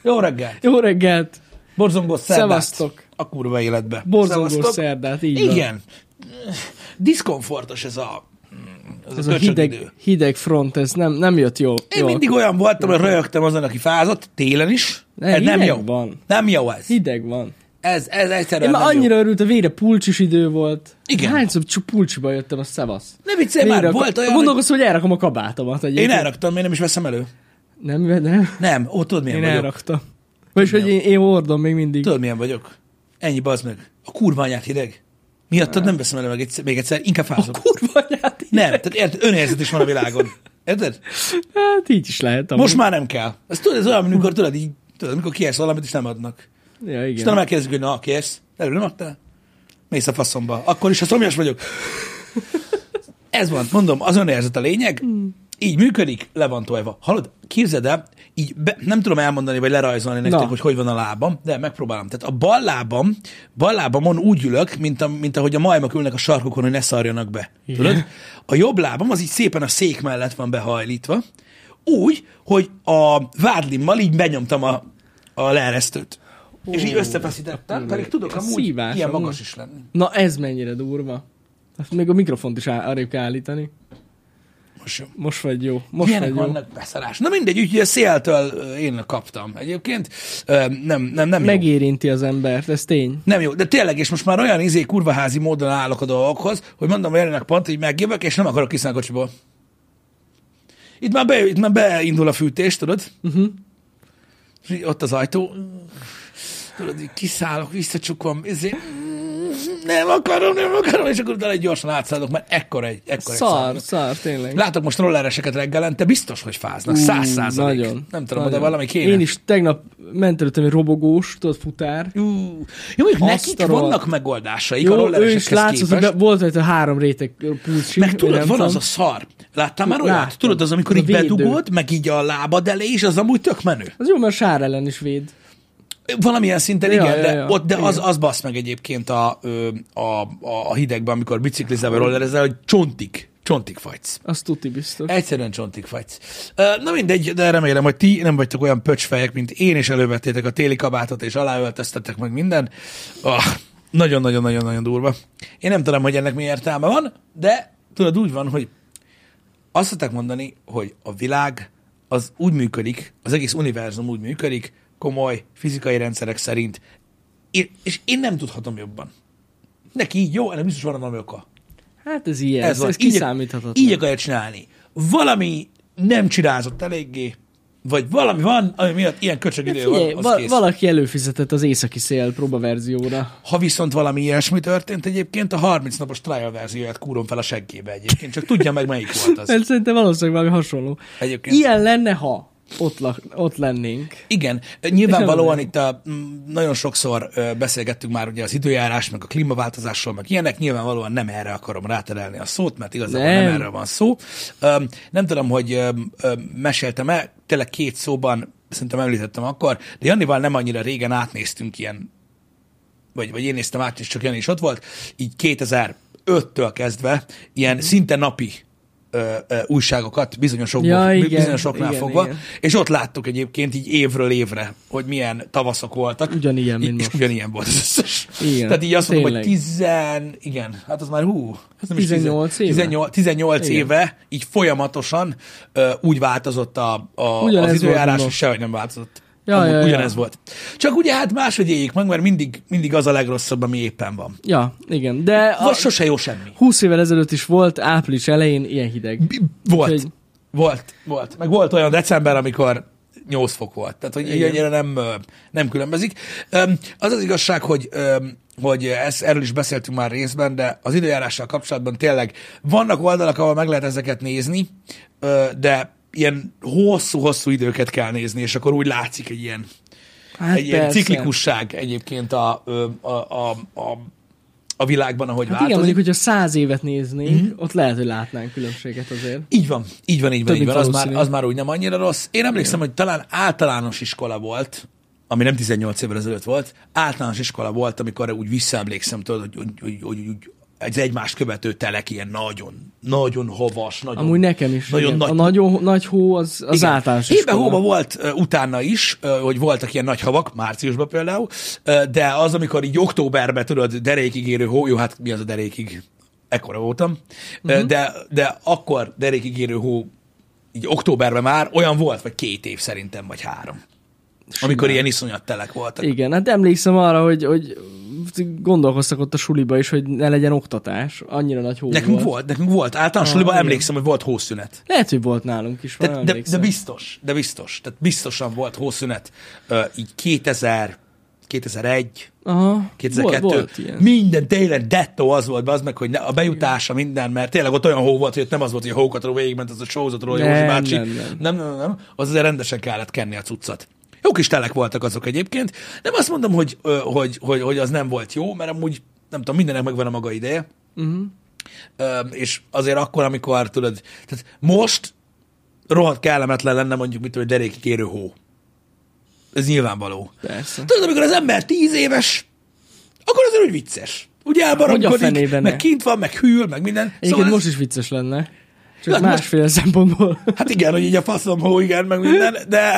Jó reggelt! Jó reggelt! Borzongó szerdát! Szevasztok! A kurva életbe. Borzongó Szevasztok. szerdát, így van. Igen. Diszkomfortos ez a hideg front, ez nem jött jó. Én mindig olyan voltam, hogy röhögtem azon, aki fázott, télen is. Ez nem jó. Van. Nem jó ez. Hideg van. Ez egyszerűen Én már nem annyira jó. örült, a végre pulcsis idő volt. Igen. Hányszor csak pulcsiba jöttem, a szevasz. Ne viccelj már, volt olyan, Gondolkozom, hogy elrakom a kabátomat. Én elraktam, miért nem is veszem elő? Nem. Nem, tudod milyen Én vagyok. elraktam. Vagyis, hogy én hordom még mindig. Tudod milyen vagyok? Ennyi, bazd meg. A kurva anyát hideg. Miattad nem veszem elő még egyszer, inkább fázok. A kurva anyát. Nem, tehát érted, önérzet is van a világon. Érted? Hát így is lehet. Amúgy. Most már nem kell. Ez tudod, ez olyan, amikor tudod, amikor kérsz valamit, és nem adnak. Ja, És igen. utána megkérdezik, hogy na, kérsz? Előbb nem adtál? Mész a faszomba. Akkor is, ha szomjas vagyok. Ez van, mondom, az önérzet a lényeg. Így működik, le van tojva. Hallod, képzeld el, így nem tudom elmondani, vagy lerajzolni nektek, hogy van a lábam, de megpróbálom. Tehát a bal lábamon úgy ülök, mint ahogy a majmok ülnek a sarkokon, hogy ne szarjanak be. Igen. Tudod? A jobb lábam az így szépen a szék mellett van behajlítva, úgy, hogy a vádlimmal így benyomtam a leeresztőt. És így összefeszítettem, pedig tudok amúgy szívás, ilyen amúgy. magas is lenni. Na ez mennyire durva. Azt még a mikrofont is arrébb kell állítani. Most jó. Most vagy jó. Most Ilyenek vagy jó. vannak, beszarás. Na mindegy, úgyhogy a széltől én kaptam. Egyébként nem jó. Megérinti az embert, ez tény. Nem jó, de tényleg, és most már olyan kurvaházi módon állok a dolgokhoz, hogy mondom, hogy Jelinek pont, hogy megjövök, és nem akarok kiszállni a kocsiból. Itt már beindul a fűtés, tudod? És így ott az ajtó. Tudod, így kiszállok, visszacsukom, nem akarom, és akkor utána gyorsan átszállok, mert ekkora egy Szar, tényleg. Látok most rollereseket reggelente, biztos, hogy fáznak. 100%. Nagyon. Nem tudom, de valami kéne. Én is tegnap ment előttem egy robogós, tudod, futár. Jó, mondjuk nekik vannak megoldásaik a Jó, ő is rolleresekhez látszott, képest. hogy volt rajta 3 réteg pulcsi. Meg tudod, van az a szar. Láttál már olyat? Láttam. Tudod, az, amikor A így védő. bedugod, meg így a lábad elé, és az amúgy tök menő. Az jó, mert sár ellen is véd. Valamilyen szinten Ja, igen, ja, de, ja. ott, de Igen. az basz meg egyébként a hidegben, amikor biciklizel vagy rollerezel, hogy csontig fagysz. Az tuti biztos. Egyszerűen csontig fagysz. Na mindegy, de remélem, hogy ti nem vagytok olyan pöcsfejek, mint én, és elővettétek a téli kabátot, és aláöltöztetek meg minden. Nagyon-nagyon-nagyon-nagyon durva. Én nem tudom, hogy ennek mi értelme van, de tudod, úgy van, hogy azt szokták mondani, hogy a világ az úgy működik, az egész univerzum úgy működik, komoly fizikai rendszerek szerint, és én nem tudhatom jobban. Neki így jó, ennek biztos van valami oka. Hát ez ilyen, ez van. kiszámíthatatlan. Így akarja csinálni. Valami nem csinázott eléggé, vagy valami van, ami miatt ilyen köcsög idő Figyelj, van, az kész. valaki előfizetett az északi szél próbaverzióra. Ha viszont valami ilyesmi történt egyébként, a 30 napos trial verzióját kúrom fel a seggébe egyébként, csak tudja meg, melyik volt az. Ez szerintem valószínűleg valami hasonló. Egyébként. Ilyen lenne, ha ott lennénk. Igen, nyilvánvalóan itt nagyon sokszor beszélgettünk már ugye az időjárás, meg a klímaváltozásról, meg ilyenek, nyilvánvalóan nem erre akarom ráterelni a szót, mert igazából nem erről van szó. Nem tudom, hogy meséltem-e, tényleg 2 szóban, szerintem említettem akkor, de Jannival nem annyira régen átnéztünk ilyen, vagy én néztem át, és csak Jani is ott volt, így 2005-től kezdve ilyen szinte napi újságokat bizonyosoknál fogva, igen. És ott láttuk egyébként így évről évre, hogy milyen tavaszok voltak. Ugyanilyen, mint és most. ugyanilyen volt az összes. Igen, tehát így azt mondom, hogy tényleg. igen, hát az már ez nem 18 is éve? 18 éve, így folyamatosan úgy változott az időjárás, és sehogy nem változott. Ugyanez volt. Csak ugye hát máshogy éljük meg, mert mindig az a legrosszabb, ami éppen van. Ja, igen. De vagy sose jó semmi. 20 évvel ezelőtt is volt április elején ilyen hideg. Volt. Meg volt olyan december, amikor 8 fok volt. Tehát, hogy így annyira nem különbözik. Az igazság, hogy erről is beszéltünk már részben, de az időjárással kapcsolatban tényleg vannak oldalak, ahol meg lehet ezeket nézni, de ilyen hosszú időket kell nézni, és akkor úgy látszik egy ilyen, ilyen ciklikusság egyébként a világban, ahogy változik. Igen, mondjuk, hogyha 100 évet néznénk, ott lehet, hogy látnánk különbséget azért. Így van. Az már úgy nem annyira rossz. Én emlékszem, hogy talán általános iskola volt, ami nem 18 évvel ezelőtt volt, általános iskola volt, amikor úgy visszaemlékszem, tudod, hogy egy egymást követő telek, ilyen nagyon havas, nagyon... Amúgy nekem is. Nagyon nagy... A nagyon nagy hó az általános iskola. Évben hóban volt utána is, hogy voltak ilyen nagy havak, márciusban például, de az, amikor így októberben, tudod, derékig érő hó, jó, hát mi az a derékig? Ekkora voltam, de akkor derékig érő hó, így októberben már olyan volt, vagy 2 év szerintem, vagy 3. Simán. Amikor ilyen iszonyat telek voltak. Igen, hát emlékszem arra, hogy gondolkoztak ott a suliba is, hogy ne legyen oktatás. Annyira nagy hó nekünk volt. Általános suliba emlékszem, hogy volt hószünet. Lehet, hogy volt nálunk is. De biztos. Tehát biztosan volt hószünet. Így 2001, aha, 2002. Volt minden télen dettó az volt, az meg, hogy a bejutása minden, mert tényleg ott olyan hó volt, hogy nem az volt, hogy a hókatról végigment az a sózatról, Józsi bácsi. Nem. Az azért rendesen kellett kenni a cuccat. Jó kis telek voltak azok egyébként. Nem azt mondom, hogy az nem volt jó, mert amúgy, nem tudom, mindennek megvan a maga ideje. És azért akkor, amikor tudod, tehát most rohadt kellemetlen lenne mondjuk, mit tudom, derékig érő hó. Ez nyilvánvaló. Persze. Tudod, amikor az ember 10 éves, akkor azért úgy vicces. Ugye elbaromkodik, meg kint van, meg hűl, meg minden. Egyébként szóval most is vicces lenne. Csak másféle szempontból. Hát igen, hogy így a faszom hó, igen, meg minden,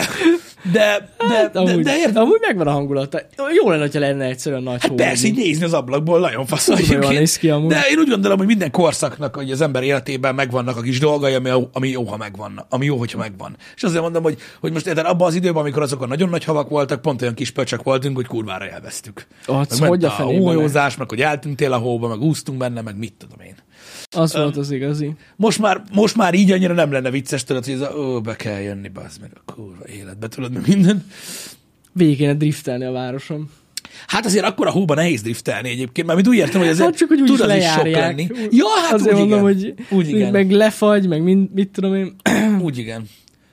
de érted? Amúgy megvan a hangulata. Jó lenne, hogyha lenne egyszerűen nagy hó. Persze, így nézni az ablakból, nagyon faszom. De én úgy gondolom, hogy minden korszaknak, hogy az ember életében megvannak a kis dolgai, ami jó, ha megvan. Ami jó, hogyha megvan. És azért mondom, hogy most érted, abban az időben, amikor azok a nagyon nagy havak voltak, pont olyan kis pöcsök voltunk, hogy kurvára elvesztük. Hogy a hójózás, meg hogy eltűntél a hóba, meg úsztunk benne, meg mit tudom én. Az volt az igazi. Most már így annyira nem lenne vicces, tudod, hogy be kell jönni, bazd meg a kurva életbe, tudod, meg minden. Végig kéne driftelni a városom. Hát azért akkor a hóban nehéz driftelni egyébként, mert úgy értem, hogy azért hát csak, hogy tud az is sok lenni. Ja, hát azért úgy mondom, igen. hogy úgy igen. meg lefagy, meg mit tudom én. Úgy igen.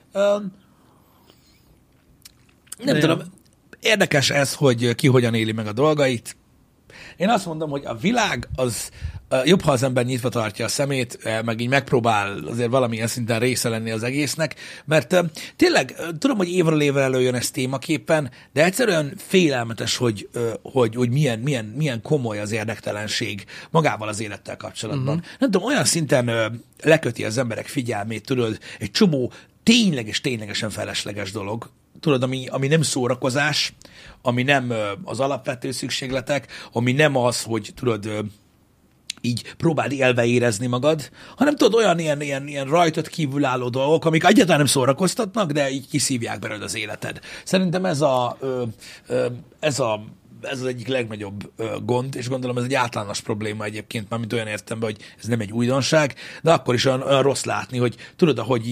Nem tudom, érdekes ez, hogy ki hogyan éli meg a dolgait. Én azt mondom, hogy a világ az jobb, ha az ember nyitva tartja a szemét, meg így megpróbál azért valamilyen szinten része lenni az egésznek, mert tényleg tudom, hogy évről évre előjön ez témaképpen, de egyszerűen félelmetes, hogy milyen komoly az érdektelenség magával az élettel kapcsolatban. Nem tudom, olyan szinten leköti az emberek figyelmét, tudod, egy csomó ténylegesen felesleges dolog, tudod, ami nem szórakozás, ami nem az alapvető szükségletek, ami nem az, hogy tudod, így próbáld élve érezni magad, hanem tudod, olyan ilyen rajtad kívülálló dolgok, amik egyáltalán nem szórakoztatnak, de így kiszívják belőled az életed. Szerintem ez az egyik legnagyobb gond, és gondolom ez egy általános probléma egyébként, mármint olyan értelemben, hogy ez nem egy újdonság, de akkor is olyan rossz látni, hogy tudod, ahogy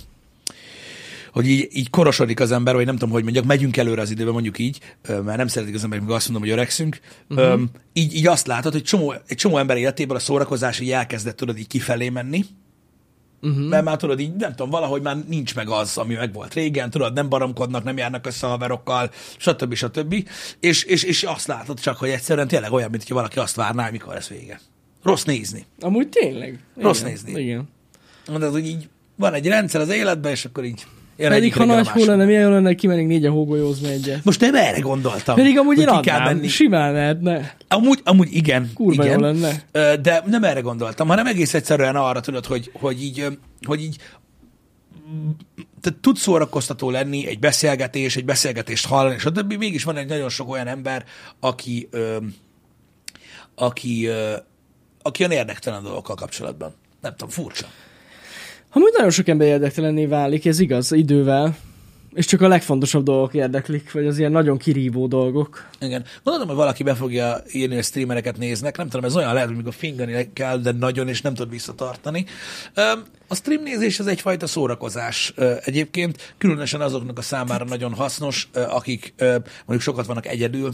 így korosodik az ember, vagy nem tudom, hogy mondjak, megyünk előre az időben, mondjuk így, mert nem szeretik az emberek, még azt mondom, hogy öregszünk, így azt látod, hogy egy csomó ember életéből a szórakozás így elkezdett, tudod, így kifelé menni, mert már tudod, így nem tudom, valahogy már nincs meg az, ami meg volt régen, tudod, nem baromkodnak, nem járnak össze haverokkal, stb. És azt látod csak, hogy egyszerűen tényleg olyan, mint hogy valaki azt várná, mikor lesz vége. Rossz nézni. Amúgy tényleg. Rossz nézni. Igen. Mondod, hogy így van egy rendszer az életben, és akkor így pedig ha nagy hó lenne, milyen jó lenne, kimennénk 4 a hógolyózni egyet. Most nem erre gondoltam. Pedig amúgy én adnám, simán lehetne. Amúgy igen. Kurva igen, jó lenne. De nem erre gondoltam, hanem egész egyszerűen arra tudod, hogy így tud szórakoztató lenni egy beszélgetést hallani, és a többi. Mégis van egy nagyon sok olyan ember, aki olyan érdektelen dolgokkal kapcsolatban. Nem tudom, furcsa. Amúgy nagyon sok ember érdektelenné válik, ez igaz, idővel. És csak a legfontosabb dolgok érdeklik, vagy az ilyen nagyon kirívó dolgok. Igen. Gondolom, hogy valaki be fogja írni, hogy streamereket néznek. Nem tudom, ez olyan lehet, amikor fingani kell, de nagyon, és nem tud visszatartani. A streamnézés az egyfajta szórakozás egyébként. Különösen azoknak a számára nagyon hasznos, akik mondjuk sokat vannak egyedül,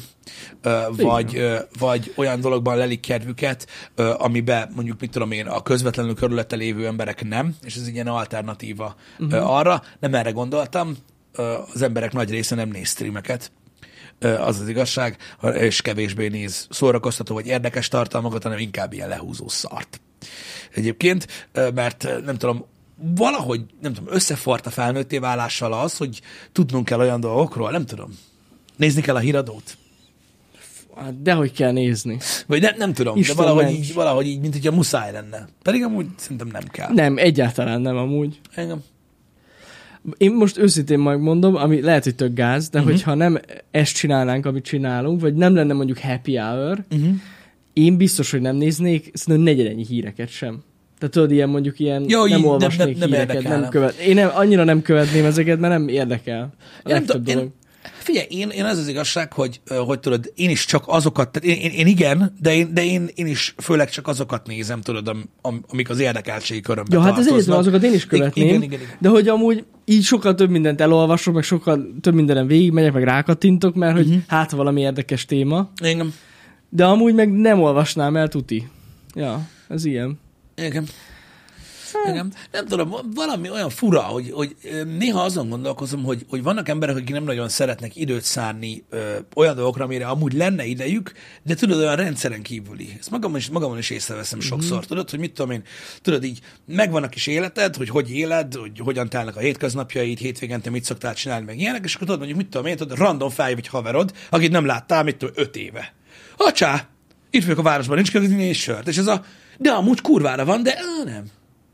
vagy olyan dologban lelik kedvüket, amiben mondjuk, mit tudom én, a közvetlenül körülötte lévő emberek nem, és ez egy ilyen alternatíva arra. Nem erre gondoltam. Az emberek nagy része nem néz streameket, az az igazság, és kevésbé néz szórakoztató vagy érdekes tartalmakat, hanem inkább ilyen lehúzó szart. Egyébként, mert nem tudom, valahogy, nem tudom, összefort a felnőtté válással az, hogy tudnunk kell olyan dolgokról, nem tudom. Nézni kell a híradót. Hát dehogy kell nézni. Vagy nem tudom, Isten de ments. valahogy így, mint hogyha muszáj lenne. Pedig amúgy szerintem nem kell. Nem, egyáltalán nem amúgy. Engem. Én most őszintén megmondom, ami lehet, hogy tök gáz, de hogyha nem ezt csinálnánk, amit csinálunk, vagy nem lenne mondjuk happy hour, én biztos, hogy nem néznék, szerintem negyedenyi híreket sem. Tehát tudod, ilyen mondjuk ilyen Jó, nem olvasnék nem híreket, érdekelne. Én annyira nem követném ezeket, mert nem érdekel. A legtöbb dolog. Figyelj, én az igazság, hogy tudod, én is csak azokat, tehát én igen, de én is főleg csak azokat nézem, tudod, amik az érdekeltségi körömben Ja, hát az egyetlen azokat én is követném, igen. de hogy amúgy így sokkal több mindent elolvasok, meg sokkal több mindenen végigmegyek, meg rákattintok, mert hogy hát valami érdekes téma. Igen. De amúgy meg nem olvasnám el tuti. Ja, ez ilyen. Igen. Igen. Nem tudom, valami olyan fura, hogy néha azon gondolkozom, hogy vannak emberek, akik nem nagyon szeretnek időt szánni olyan dolgokra, amire amúgy lenne idejük, de tudod, olyan rendszeren kívüli. Ezt magamon is észreveszem sokszor, tudod, hogy mit tudom én, tudod így, megvan a kis életed, hogy éled, hogy hogyan telnek a hétköznapjaid, hétvégente mit szoktál csinálni, meg ilyenek, és akkor tudod, mondjuk, mit tudom én, tudod, random feljön egy haverod, akit nem láttál, mit tudom, 5 éve. Acsá, itt vagyok a városban, nincs kell és sört. És ez de amúgy kurvára van, de nem.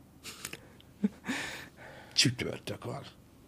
Csütörtök van.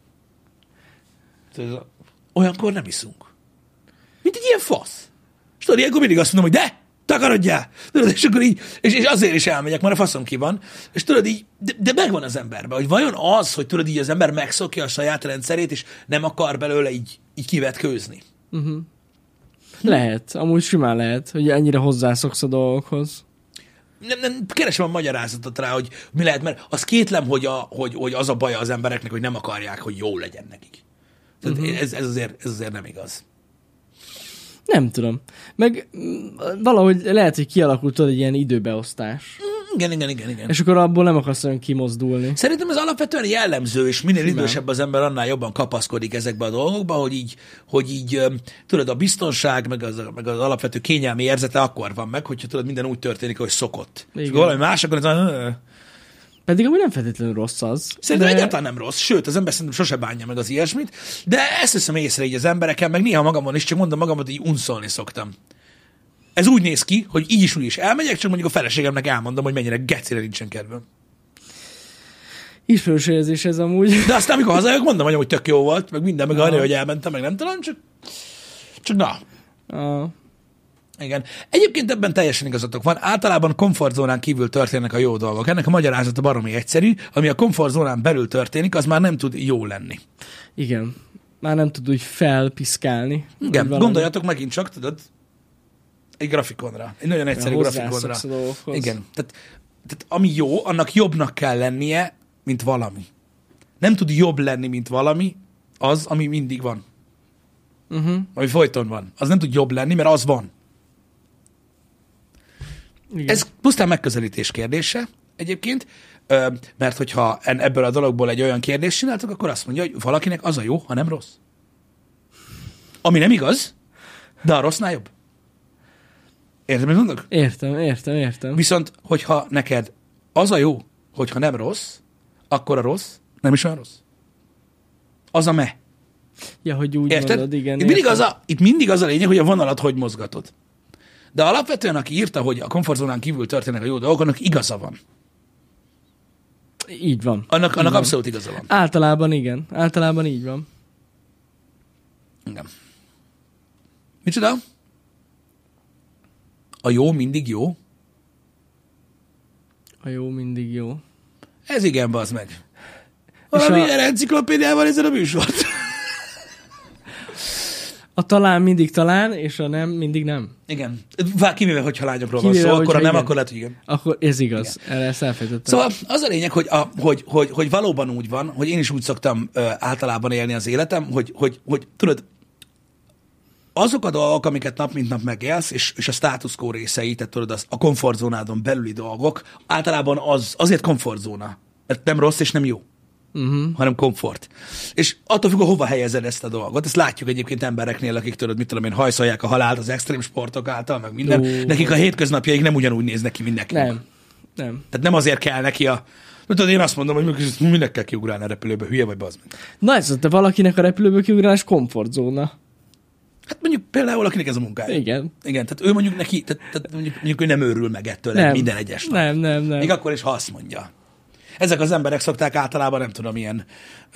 Olyankor nem iszunk. Mint egy ilyen fasz. És tudod, ilyenkor mindig azt mondom, hogy de, takarodjál. Tudod, és akkor így, és azért is elmegyek, mert a faszom ki van. És tudod így, de megvan az emberben, hogy vajon az, hogy tudod így az ember megszokja a saját rendszerét, és nem akar belőle így kivetkőzni. Lehet, amúgy simán lehet, hogy ennyire hozzászoksz a dolgokhoz. Nem keresem a magyarázatot rá, hogy mi lehet, mert az kétlem, hogy az a baj az embereknek, hogy nem akarják, hogy jó legyen nekik. Tehát ez azért nem igaz. Nem tudom. Meg valahogy lehet, hogy kialakult egy ilyen időbeosztás. Igen. És akkor abból nem akarsz olyan kimozdulni. Szerintem ez alapvetően jellemző, és minél idősebb az ember, annál jobban kapaszkodik ezekbe a dolgokba, hogy így tudod, a biztonság, meg az alapvető kényelmi érzete akkor van meg, hogyha tudod, minden úgy történik, ahogy szokott. Igen. És akkor valami más, akkor pedig amúgy nem feltétlenül rossz az. Szerintem egyáltalán nem rossz, sőt, az ember szerintem sose bánja meg az ilyesmit, de ezt veszem észre így az embereken, meg néha magamon is, csak mondom magamat, hogy így unszolni szoktam. Ez úgy néz ki, hogy így is elmegyek, csak mondjuk a feleségemnek elmondom, hogy mennyire gecire nincsen kedvem. Ismerős érzés ez amúgy. De aztán, amikor hazajövök, mondom, hogy tök jó volt, meg minden, meg arra, hogy elmentem, meg nem tudom, csak na. Igen. Egyébként ebben teljesen igazatok van. Általában komfortzónán kívül történnek a jó dolgok. Ennek a magyarázata baromi egyszerű. Ami a komfortzónán belül történik, az már nem tud jó lenni. Igen. Már nem tud úgy felpiszkálni. Igen. Gondoljatok megint csak, tudod, egy grafikonra. Egy nagyon egyszerű grafikonra. Igen. Tehát ami jó, annak jobbnak kell lennie, mint valami. Nem tud jobb lenni, mint valami, az, ami mindig van. Ami folyton van. Az nem tud jobb lenni, mert az van. Igen. Ez pusztán megközelítés kérdése egyébként, mert hogyha ebből a dologból egy olyan kérdést csináltok, akkor azt mondja, hogy valakinek az a jó, ha nem rossz. Ami nem igaz, de a rossznál jobb. Érted, mit mondok? Értem. Viszont, hogyha neked az a jó, hogyha nem rossz, akkor a rossz nem is olyan rossz. Az a me. Ja, hogy úgy érted? Mondod, igen. Itt mindig az a lényeg, hogy a vonalat hogy mozgatod. De alapvetően, aki írta, hogy a komfortzónán kívül történnek a jó dolgok, annak igaza van. Így van. Annak abszolút igaza van. Általában igen. Általában így van. Igen. Micsoda? A jó mindig jó? A jó mindig jó. Ez igen, bazd meg. Valamilyen enciklopédiával ezen a műsort. A talán mindig talán, és a nem mindig nem. Igen. Kivéve, hogyha lányokról van szó, akkor a nem, akkor lehet, hogy igen. Akkor ez igaz. Igen. Erre ezt elfejtettem. Szóval az a lényeg, hogy valóban úgy van, hogy én is úgy szoktam általában élni az életem, hogy tudod, azok a dolgok, amiket nap mint nap megélsz, és a status quo részei, tehát tudod, a komfortzónádon belüli dolgok, általában azért komfortzóna, mert nem rossz és nem jó. Hanem komfort. És attól függ, hova helyezed ezt a dolgot. Ezt látjuk egyébként embereknél, akik tudod, mit tudom én, hajszolják a halált az extrém sportok által, meg minden. Nekik a hétköznapjaik nem ugyanúgy néznek ki, mint nekünk. Nem. Tehát nem azért kell neki tudod, én azt mondom, hogy minek kell kiugrálni a repülőbe, hülye vagy bazd meg. Na ez, de valakinek a repülőből kiugrálás komfortzóna. Hát mondjuk például, akinek ez a munkája. Igen. Igen, tehát ő mondjuk neki, tehát mondjuk ő nem őrül meg ettől Nem. minden egyes nap. Nem. Még akkor is, ha azt mondja. Ezek az emberek szokták általában, nem tudom, ilyen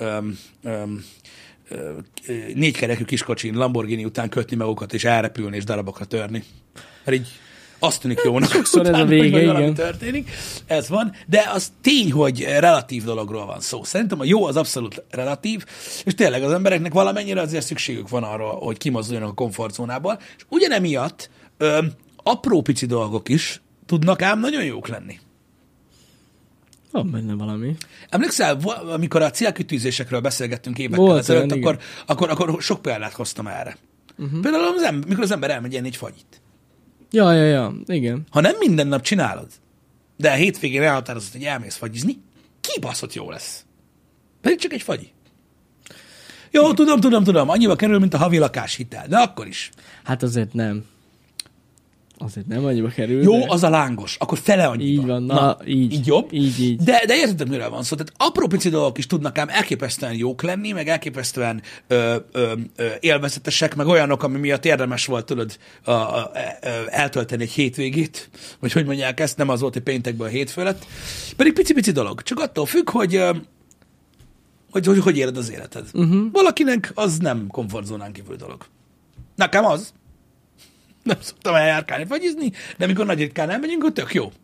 négykerekű kiskocsin, Lamborghini után kötni magukat, és elrepülni, és darabokra törni. Mert így azt tűnik jónak. Sokszor ez a utána, vége, hogy igen. valami történik. Ez van, de az tény, hogy relatív dologról van szó. Szerintem a jó az abszolút relatív, és tényleg az embereknek valamennyire azért szükségük van arra, hogy kimozduljanak a komfortzónából, és ugyanemiatt apró pici dolgok is tudnak ám nagyon jók lenni. Van benne valami. Emlékszel, amikor a célkitűzésekről beszélgettünk évekkel ezelőtt, akkor sok példát hoztam erre. Például mikor az ember elmegy enni egy fagyit. Ja, igen. Ha nem minden nap csinálod, de a hétvégén elhatározod, hogy elmész fagyizni, kibaszott jó lesz. Pedig csak egy fagyi. Jó, tudom, annyiba kerül, mint a havi lakáshitel, de akkor is. Hát azért nem. Azért nem annyiba kerül. Jó, de... az a lángos, akkor fele annyiba. Így van, így jobb. Így. De érted, miről van szó. Tehát apró pici dolgok is tudnak ám elképesztően jók lenni, meg elképesztően élvezetesek, meg olyanok, ami miatt érdemes volt, tudod, eltölteni egy hétvégét, vagy hogy mondják ezt, nem az volt, hogy péntekből hétfő lett. Pedig pici-pici dolog. Csak attól függ, hogy éled az életed. Valakinek az nem komfortzónán kívül dolog. Nekem az. Nem szoktam eljárkálni, fagyizni, de amikor nagy ritkán elmegyünk, akkor tök jó.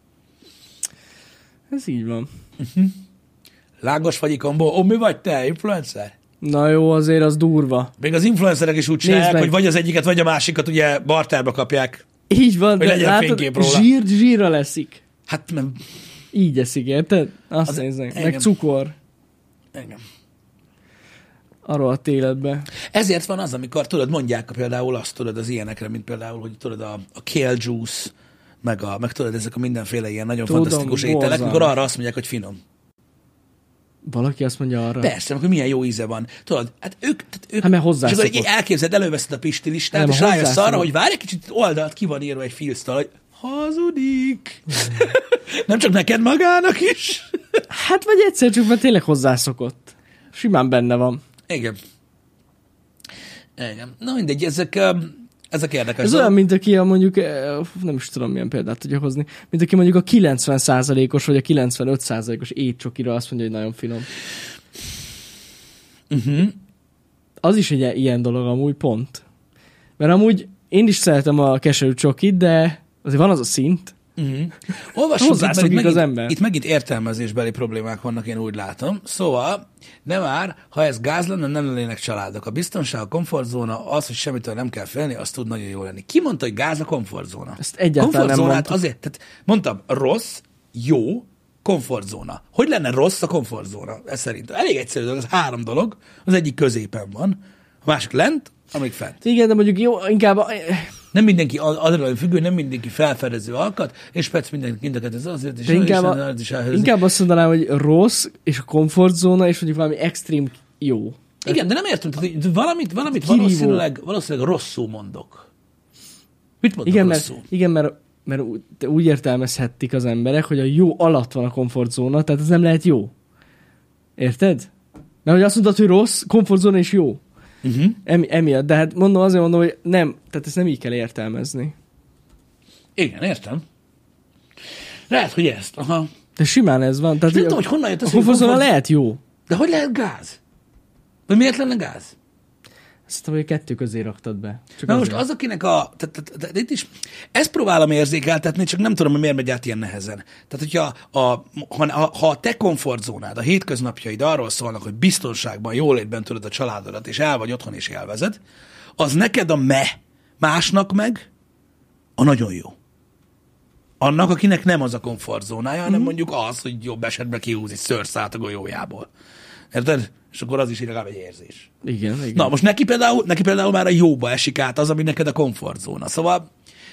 Ez így van. Lángos fagyi kombó. Mi vagy te, influencer? Na jó, azért az durva. Még az influencerek is úgy csinálják, hogy vagy az egyiket, vagy a másikat ugye barterba kapják. Így van, hogy de legyen látod, fénykép róla. zsírra leszik. Hát nem. Így eszik, érted? Azt nézzek. Meg cukor. Engem. Arról a életbe. Ezért van az, amikor tudod, mondják például azt, tudod, az ilyenekre, mint például, hogy tudod, a kale juice, meg tudod, ezek a mindenféle ilyen nagyon fantasztikus ételek, amikor arra azt mondják, hogy finom. Valaki azt mondja arra? Persze, akkor milyen jó íze van. Tudod, hát ők hát mert hozzászokott. és akkor elképzeld, előveszed a pistilistát, és rájössz arra, hogy várj egy kicsit, oldalt ki van írva egy filctal, hogy hazudik. Nem csak neked magának is. Hát vagy egyszer csak, mert tényleg hozzászokott. Simán benne van. Igen. Na mindegy, ezek érdekes. Ez olyan, mint aki mondjuk, nem is tudom milyen példát tudja hozni, mint aki mondjuk a 90%-os vagy a 95%-os étcsokira azt mondja, hogy nagyon finom. Az is egy ilyen dolog amúgy pont. Mert amúgy én is szeretem a keserű csokit, de azért van az a szint. Hozzászokik az ember. Itt megint értelmezésbeli problémák vannak, én úgy látom. Szóval, nem már, ha ez gáz lenne, nem lennének családok. A biztonság, a komfortzóna, az, hogy semmitől nem kell félni, az tud nagyon jó lenni. Ki mondta, hogy gáz a komfortzóna? Ezt egyáltalán nem mondtam. Azért, tehát mondtam, rossz, jó, komfortzóna. Hogy lenne rossz a komfortzóna? Ez szerintem. Elég egyszerű dolog, az 3 dolog. Az egyik középen van, a másik lent, amíg fent. Igen, de mondjuk jó, inkább... Nem mindenki adrenalin függő, nem mindenki felfedező alkat, és persze mindenki ez azért is. Inkább azt mondanám, hogy rossz, és a komfortzóna, és mondjuk valami extrém jó. Igen, de nem értem, tehát valamit valószínűleg rosszul mondok. Mit mondok rosszul? Mert úgy értelmezhettik az emberek, hogy a jó alatt van a komfortzóna, tehát ez nem lehet jó. Érted? Mert hogy azt mondod, hogy rossz, komfortzóna és jó. Emiatt, de hát azért mondom, hogy nem, tehát ezt nem így kell értelmezni. Igen, értem. Lehet, hogy ezt. Aha. De simán ez van. Tehát nem tudom, hogy honnan jött az, a komfortzóna lehet jó. De hogy lehet gáz? Vagy miért lenne gáz? Azt hogy 2 közé raktad be. Csak na most az, akinek itt is, ezt próbálom érzékeltetni, csak nem tudom, hogy miért megy át ilyen nehezen. Tehát, hogyha ha a te komfortzónád, a hétköznapjaid arról szólnak, hogy biztonságban, jólétben tudod a családodat, és el vagy otthon és élvezed, az neked a másnak meg a nagyon jó. Annak, akinek nem az a komfortzónája, hanem mondjuk az, hogy jobb esetben kihúz egy szőrszállt a golyójából. Érted? És akkor az is legalább egy érzés. Igen. Na, most neki például már a jóba esik át az, ami neked a komfortzóna. Szóval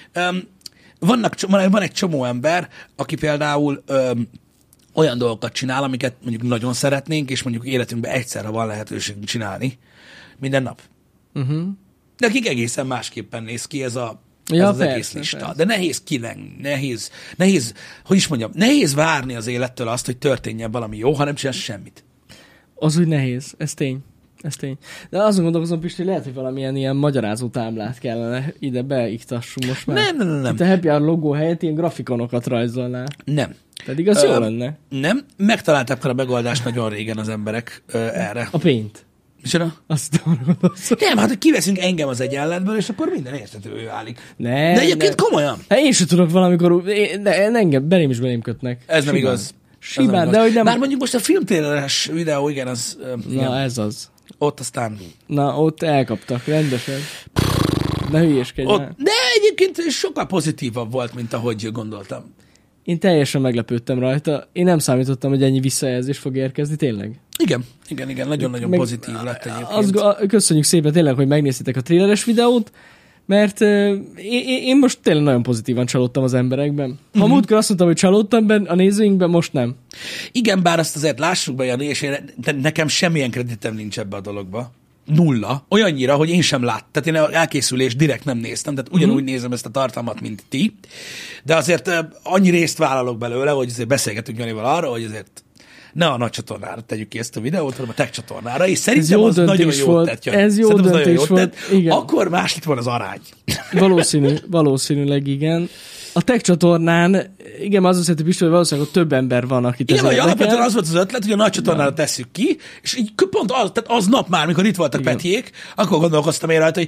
van egy csomó ember, aki például olyan dolgokat csinál, amiket mondjuk nagyon szeretnénk, és mondjuk életünkben egyszer, ha van lehetőségünk csinálni, minden nap. De akik egészen másképpen néz ki ez az persze, egész lista. Persze. De nehéz, hogy is mondjam, nehéz várni az élettől azt, hogy történjen valami jó, ha nem csinálsz semmit. Az úgy nehéz, ez tény. Ez tény. De azon gondolkozom, Pisti, lehet, hogy valamilyen ilyen magyarázó táblát kellene ide beiktassunk most már. Nem. Itt a Happy Hour logó helyett ilyen grafikonokat rajzolnál. Nem. Pedig az jó lenne. Nem. Megtalálták már a megoldást nagyon régen az emberek erre. A pént. Micsoda? Azt gondolszom. Nem, hát kiveszünk engem az egyenletből, és akkor minden értető válik. Ne, de egyébként komolyan. Hát én sem tudok valamikor, de engem belém kötnek. Ez nem igaz. Simán, de hogy nem... Bár mondjuk most a filmtréleres videó, igen, az... Na, igen. ez az. Ott aztán... Na, ott elkaptak, rendesen. Ne hülyéskedj már. De egyébként sokkal pozitívabb volt, mint ahogy gondoltam. Én teljesen meglepődtem rajta. Én nem számítottam, hogy ennyi visszajelzés fog érkezni, tényleg. Igen. Nagyon-nagyon pozitív lett egyébként. Köszönjük szépen tényleg, hogy megnéztétek a tréleres videót, mert én most tényleg nagyon pozitívan csalódtam az emberekben. Ha múltkor azt mondtam, hogy csalódtam benne a nézőinkben, most nem. Igen, bár azt azért lássuk be, Jani, és nekem semmilyen kreditem nincs ebbe a dologba. Nulla. Olyannyira, hogy én sem láttam. Tehát én elkészülést direkt nem néztem, tehát ugyanúgy nézem ezt a tartalmat, mint ti. De azért annyi részt vállalok belőle, hogy azért beszélgetünk Janival arra, hogy azért ne a nagy csatornára tegyük ki ezt a videót, hanem a tech csatornára, és szerintem az nagyon jót tett. Ez jó döntés volt. Igen. Akkor más lett volna az arány. Valószínűleg igen. A tech csatornán, igen, az azt jelenti, Pisti, hogy valószínűleg ott több ember van, akit ez érdekel. Igen, alapvetően az volt az ötlet, hogy a nagy csatornára tesszük ki, és így pont az, tehát aznap már, mikor itt voltak Petyék, akkor gondolkoztam én rajta, hogy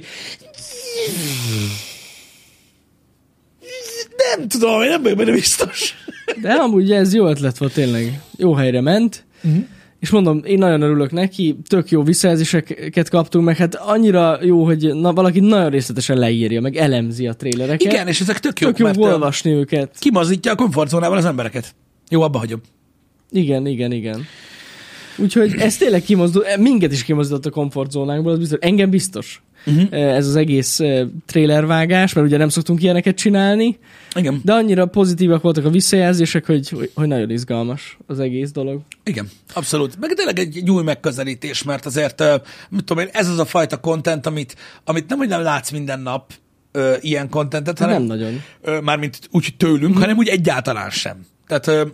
nem tudom, én nem vagyok benne biztos. De amúgy ez jó ötlet volt tényleg. Jó helyre ment. És mondom, én nagyon örülök neki, tök jó visszajelzéseket kaptunk, meg hát annyira jó, hogy valaki nagyon részletesen leírja, meg elemzi a trélereket. Igen, és ezek tök jók, mert olvasni őket. Kimazítja a komfortzónával az embereket. Jó, abba hagyom. Igen. Úgyhogy ez tényleg minket is kimozdított a komfortzónánkból, az biztos. Engem biztos. Ez az egész trailervágás, mert ugye nem szoktunk ilyeneket csinálni. Igen. De annyira pozitívak voltak a visszajelzések, hogy nagyon izgalmas az egész dolog. Igen, abszolút. Meg tényleg egy új megközelítés, mert azért, mit tudom én, ez az a fajta content, amit nem, hogy nem látsz minden nap ilyen contentet, hanem nem nagyon. Mármint úgy tőlünk, hanem úgy egyáltalán sem. Tehát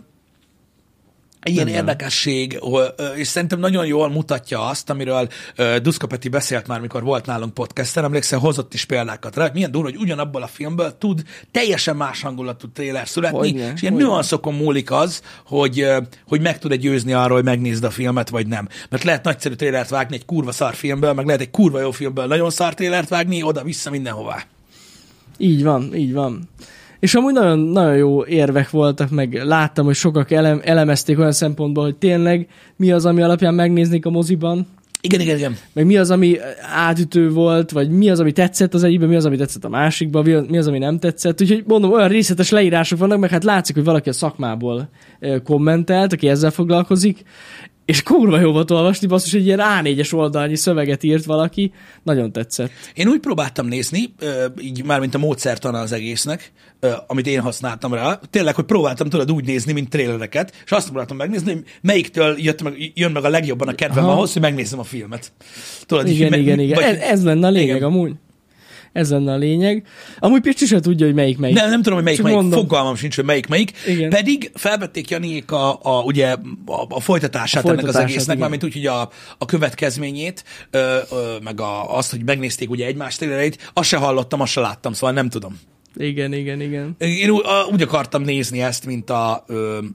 ilyen nem érdekesség, és szerintem nagyon jól mutatja azt, amiről Duszka Peti beszélt már, mikor volt nálunk podcasten, emlékszel, hozott is példákat rá, milyen durva, hogy ugyanabból a filmből tud teljesen más hangulatú trailer születni, és ilyen nüanszokon múlik az, hogy meg tud-e győzni arról, hogy megnézd a filmet, vagy nem. Mert lehet nagyszerű trailert vágni egy kurva szar filmből, meg lehet egy kurva jó filmből nagyon szar trailert vágni, oda-vissza mindenhová. Így van. És amúgy nagyon, nagyon jó érvek voltak, meg láttam, hogy sokak elemezték olyan szempontból, hogy tényleg mi az, ami alapján megnéznék a moziban. Igen. Meg mi az, ami átütő volt, vagy mi az, ami tetszett az egyikben, mi az, ami tetszett a másikban, mi az, ami nem tetszett. Úgyhogy mondom, olyan részletes leírások vannak, meg hát látszik, hogy valaki a szakmából kommentelt, aki ezzel foglalkozik, és kurva jó volt olvasni, basszus, egy ilyen A4-es oldalnyi szöveget írt valaki, nagyon tetszett. Én úgy próbáltam nézni, így már mint a módszertana az egésznek, amit én használtam rá, tényleg, hogy próbáltam tudod úgy nézni, mint trélereket, és azt próbáltam megnézni, hogy melyiktől jön meg a legjobban a kedvem ahhoz, hogy megnézzem a filmet. Tudod, igen. Vagy... Ez lenne a lényeg, igen. Amúgy. Ez lenne a lényeg. Amúgy Pisti sem tudja, hogy melyik. Nem tudom, hogy melyik. Fogalmam sincs, hogy melyik. Igen. Pedig felvették Janiék ugye a folytatását ennek az egésznek, mármint úgy, hogy a következményét, meg azt, hogy megnézték ugye egymás trélereit, azt se hallottam, azt se láttam, szóval nem tudom. Igen. Én úgy akartam nézni ezt, mint a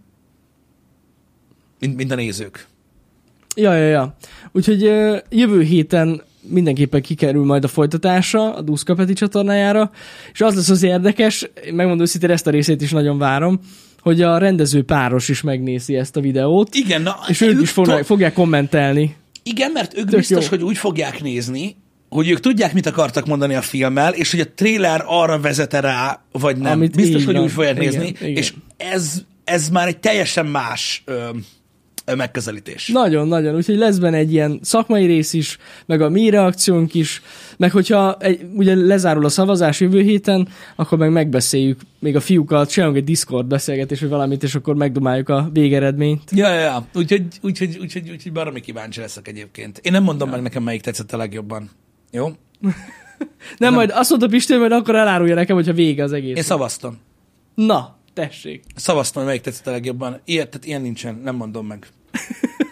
nézők. Ja. Úgyhogy jövő héten mindenképpen kikerül majd a folytatása a Duszka Peti csatornájára, és az lesz az érdekes, megmondom őszintén, ezt a részét is nagyon várom, hogy a rendező páros is megnézi ezt a videót, igen, és ők is fogják kommentelni. Igen, mert ők biztos, hogy úgy fogják nézni, hogy ők tudják, mit akartak mondani a filmmel, és hogy a trailer arra vezet rá, vagy nem. Amit biztos, hogy úgy fogják igen, nézni, igen. És ez már egy teljesen más megközelítés. Nagyon. Úgyhogy lesz benne egy ilyen szakmai rész is, meg a mi reakciónk is, meg hogyha ugye lezárul a szavazás jövő héten, akkor meg megbeszéljük még a fiúkkal, csinálunk egy Discord beszélgetés, vagy valamit, és akkor megdomáljuk a végeredményt. Ja. Úgyhogy baromi kíváncsi leszek egyébként. Én nem mondom meg nekem, melyik tetszett a legjobban. Jó? Nem, majd azt mondta Pisti, majd akkor elárulja nekem, hogyha vége az egész. Én szavaztam. Na, tessék. Szavaztam, hogy melyik tetszett a legjobban. Ilyen nincsen, nem mondom meg.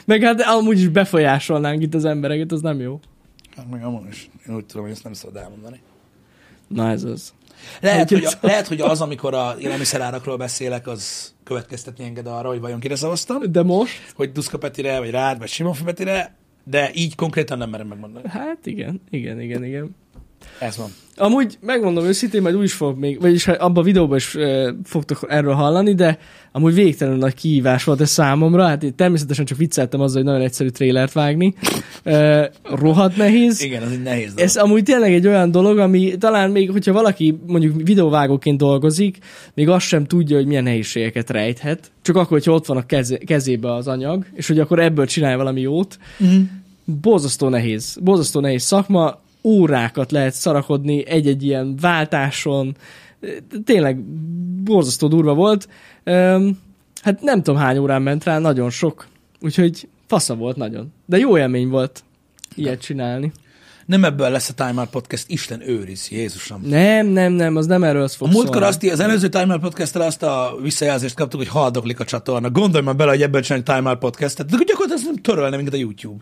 Meg hát amúgy is befolyásolnánk itt az embereket, az nem jó. Hát meg amúgy is. Én úgy tudom, hogy ezt nem szabad elmondani. Na ez az. Lehet, hogy az, amikor a élelmiszerárakról beszélek, az következtetni enged arra, hogy vajon kire szavaztam. De most? Hogy Duszka Petire, vagy rád, vagy Simonfi Petire, de így konkrétan nem merem megmondani. Hát igen. Ez van. Amúgy megmondom őszintén, majd úgy is fogok még, vagyis abban a videóban is fogtok erről hallani, de amúgy végtelenül nagy kihívás volt ez számomra. Hát én természetesen csak vicceltem azzal, hogy nagyon egyszerű trélert vágni. Rohadt nehéz. Igen, az egy nehéz dolog. Ez amúgy tényleg egy olyan dolog, ami talán még, hogyha valaki mondjuk videóvágóként dolgozik, még azt sem tudja, hogy milyen nehézségeket rejthet. Csak akkor, hogyha ott van a kezébe az anyag, és hogy akkor ebből csinálja valami jót. Borzasztó nehéz szakma. Órákat lehet szarakodni egy-egy ilyen váltáson. Tényleg borzasztó durva volt. Hát nem tudom hány órán ment rá, nagyon sok. Úgyhogy fasza volt nagyon. De jó élmény volt ilyet csinálni. Nem ebből lesz a Time Out Podcast, Isten őriz, Jézusom. Nem, az nem erről fog szólni. A múltkor az előző Time Out Podcast-tel azt a visszajelzést kaptuk, hogy haldoklik a csatorna. Gondolj már bele, hogy ebből csinálni Time Out Podcast-et. De gyakorlatilag nem törölne minket a YouTube.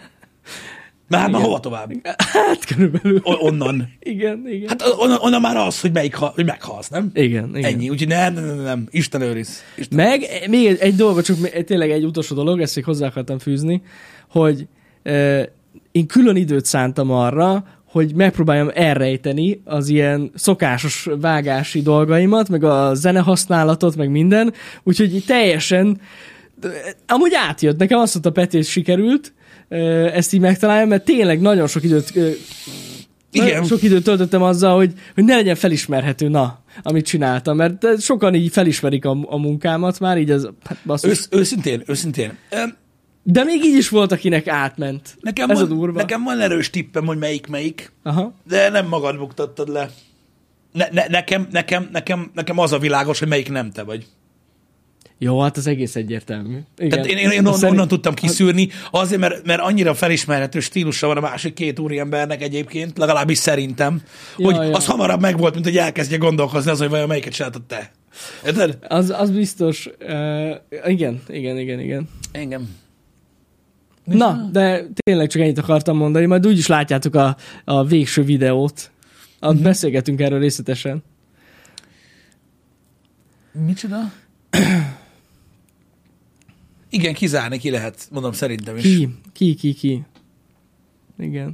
Már hova tovább? Hát körülbelül. Onnan. Igen. Hát onnan már az, hogy meghalsz, nem? Igen. Ennyi. Úgyhogy nem. Isten őriz. Meg még egy dolog, csak tényleg egy utolsó dolog, ezt még hozzá akartam fűzni, hogy én külön időt szántam arra, hogy megpróbáljam elrejteni az ilyen szokásos vágási dolgaimat, meg a zenehasználatot, meg minden. Úgyhogy teljesen amúgy átjött. Nekem azt mondta Peti, hogy sikerült ezt így megtalálja, mert tényleg nagyon sok időt sok időt töltöttem azzal, hogy ne legyen felismerhető, amit csináltam, mert sokan így felismerik a munkámat már, így az, hát basszus. Őszintén. De még így is volt, akinek átment. Ez a durva. Nekem van erős tippem, hogy melyik. Aha. De nem magad buktattad le. Nekem az a világos, hogy melyik nem te vagy. Jó, hát az egész egyértelmű. Igen. Tehát én onnan tudtam kiszűrni, azért, mert annyira felismerhető stílusa van a másik két úriembernek egyébként, legalábbis szerintem, hogy az hamarabb megvolt, mint hogy elkezdje gondolkozni azon, hogy vajon melyiket csináltad te. Érted? Az biztos. Igen. Engem. Na, de tényleg csak ennyit akartam mondani, majd úgyis látjátok a végső videót. Beszélgetünk erről részletesen. Micsoda? Igen, kizárni ki lehet, mondom, szerintem is. Ki. Igen.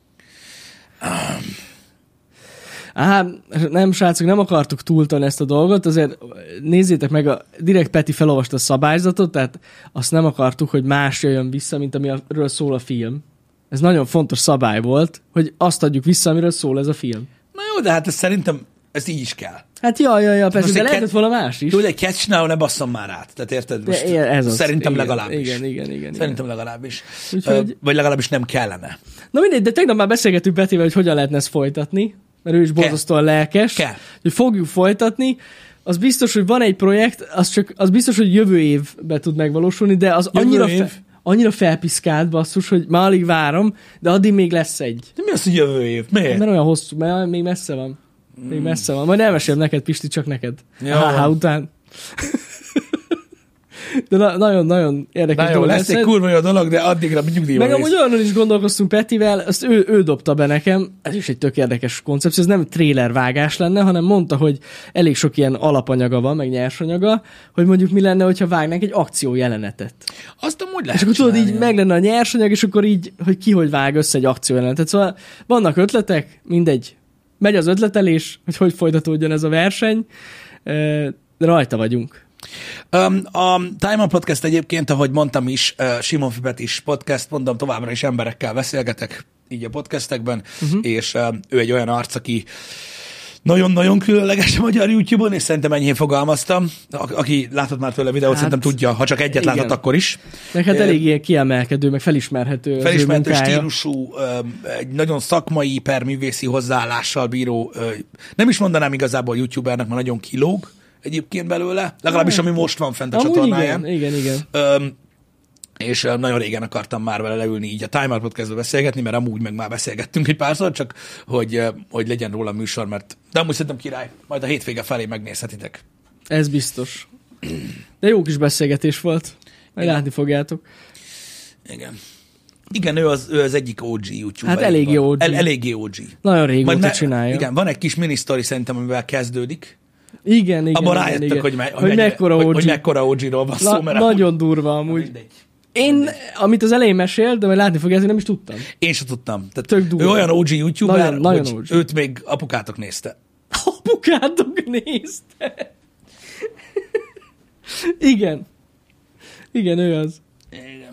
Nem, srácok, nem akartuk túltani ezt a dolgot, azért nézzétek meg, direkt Peti felolvasta a szabályzatot, tehát azt nem akartuk, hogy más jöjjön vissza, mint amiről szól a film. Ez nagyon fontos szabály volt, hogy azt adjuk vissza, amiről szól ez a film. Na jó, de hát ez szerintem ez így is kell. Hát ja, persze, de lehetett volna más is. Tudod, egy catch-nál ne basszam már át. Tehát érted? Most ez az. Szerintem legalábbis. Igen. Szerintem legalábbis. Úgyhogy... Vagy legalábbis nem kellene. Na mindegy, de tegnap már beszélgettünk Petivel, hogy hogyan lehetne ezt folytatni, mert ő is borzasztóan lelkes. Hogy fogjuk folytatni. Az biztos, hogy van egy projekt, az biztos, hogy jövő évben tud megvalósulni, de az annyira felpiszkált, basszus, hogy már alig várom, de addig még lesz egy. De mi az, hogy jövő év? Miért? Mert olyan hosszú, mert még messze van. Majd elmesélem neked, Pisti, csak neked. Után. De nagyon érdekes dolog lesz egy kurva jó dolog, de addigra nyugdíjba meg amúgy olyan is gondolkoztunk Petivel, azt ő dobta be nekem, ez is egy tök érdekes koncepció, ez nem trailer vágás lenne, hanem mondta, hogy elég sok ilyen alapanyaga van, meg nyersanyaga, hogy mondjuk mi lenne, hogyha vágnánk egy akció jelenetet. Azt amúgy lehet. És akkor tudod, így meg lenne a nyersanyag, és akkor így, hogy ki hogy vág össze egy akció jelenetet. Szóval vannak ötletek, mindegy. Megy az ötletelés, hogy folytatódjon ez a verseny, de rajta vagyunk. A Time On Podcast egyébként, ahogy mondtam is, Simonfi Petis podcast, mondom, továbbra is emberekkel beszélgetek így a podcastekben, és ő egy olyan arc, aki nagyon-nagyon különleges a magyar YouTube-on, és szerintem enyhén fogalmaztam. Aki látott már tőle videót, szerintem tudja, ha csak egyet látott, akkor is. Meg hát elég ilyen kiemelkedő, meg felismerhető stílusú, egy nagyon szakmai, művészi hozzáállással bíró, nem is mondanám igazából YouTubernek, mert nagyon kilóg egyébként belőle, legalábbis ami most van fent a csatornáján. Igen. És nagyon régen akartam már vele leülni így a Time Out Podcastbe beszélgetni, mert amúgy meg már beszélgettünk egy párszor, csak hogy legyen róla műsor, de amúgy szerintem király. Majd a hétvége felé megnézhetitek. Ez biztos. De jó kis beszélgetés volt. Majd látni fogjátok. Igen. Igen, ő az egyik OG YouTuber. Hát eléggé OG. Eléggé OG. Nagyon régóta csinálja. Igen, van egy kis minisztori szerintem, amivel kezdődik. Igen. Abban rájöttek, hogy mekkora OG-ról van szó. Nagyon durva amúgy. Én, amit az elején mesélt, de majd látni fogja, ezért nem is tudtam. Én sem tudtam. Tehát ő olyan OG YouTuber, nagyon hogy OG. Őt még apukátok nézte. Apukátok nézte? Igen, ő az. Igen.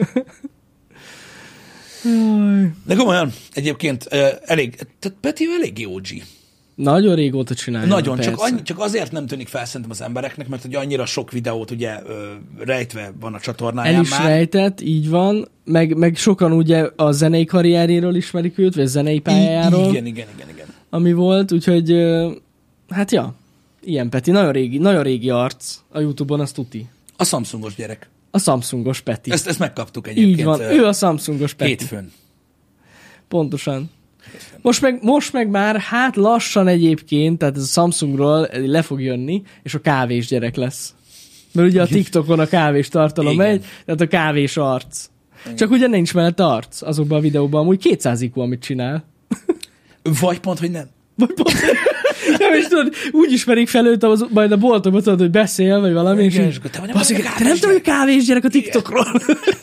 De komolyan, egyébként tehát Peti eléggé OG. Nagyon régóta csinálja. Nagyon, csak azért nem tűnik fel szerintem az embereknek, mert ugye annyira sok videót ugye rejtve van a csatornáján már. El is rejtett, így van, meg sokan ugye a zenei karrierjéről ismerik őt, vagy a zenei pályájáról. Igen. Ami volt, úgyhogy hát ja, ilyen Peti, nagyon régi arc a YouTube-on, azt tuti. A Samsungos gyerek. A Samsungos Peti. Ezt megkaptuk egyébként. Így van, ő a Samsungos Peti. Hétfőn. Pontosan. Most meg már, hát lassan egyébként, tehát ez a Samsungról le fog jönni, és a kávés gyerek lesz. Mert ugye a TikTokon a kávés tartalom megy, tehát a kávés arc. Igen. Csak ugye nincs mellett arc azokban a videóban, amúgy 200 IQ, amit csinál. Vagy pont, hogy nem. Nem is tudod, úgy ismerik fel őt, majd a boltokban tudod, hogy beszél, vagy valami, igen, és te nem tudod, hogy kávés gyerek a TikTokról.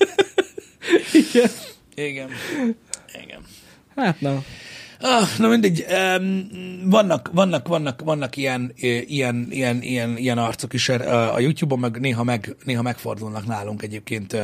Igen. Hát na. Na mindegy, vannak ilyen arcok is a YouTube-on, meg néha megfordulnak nálunk egyébként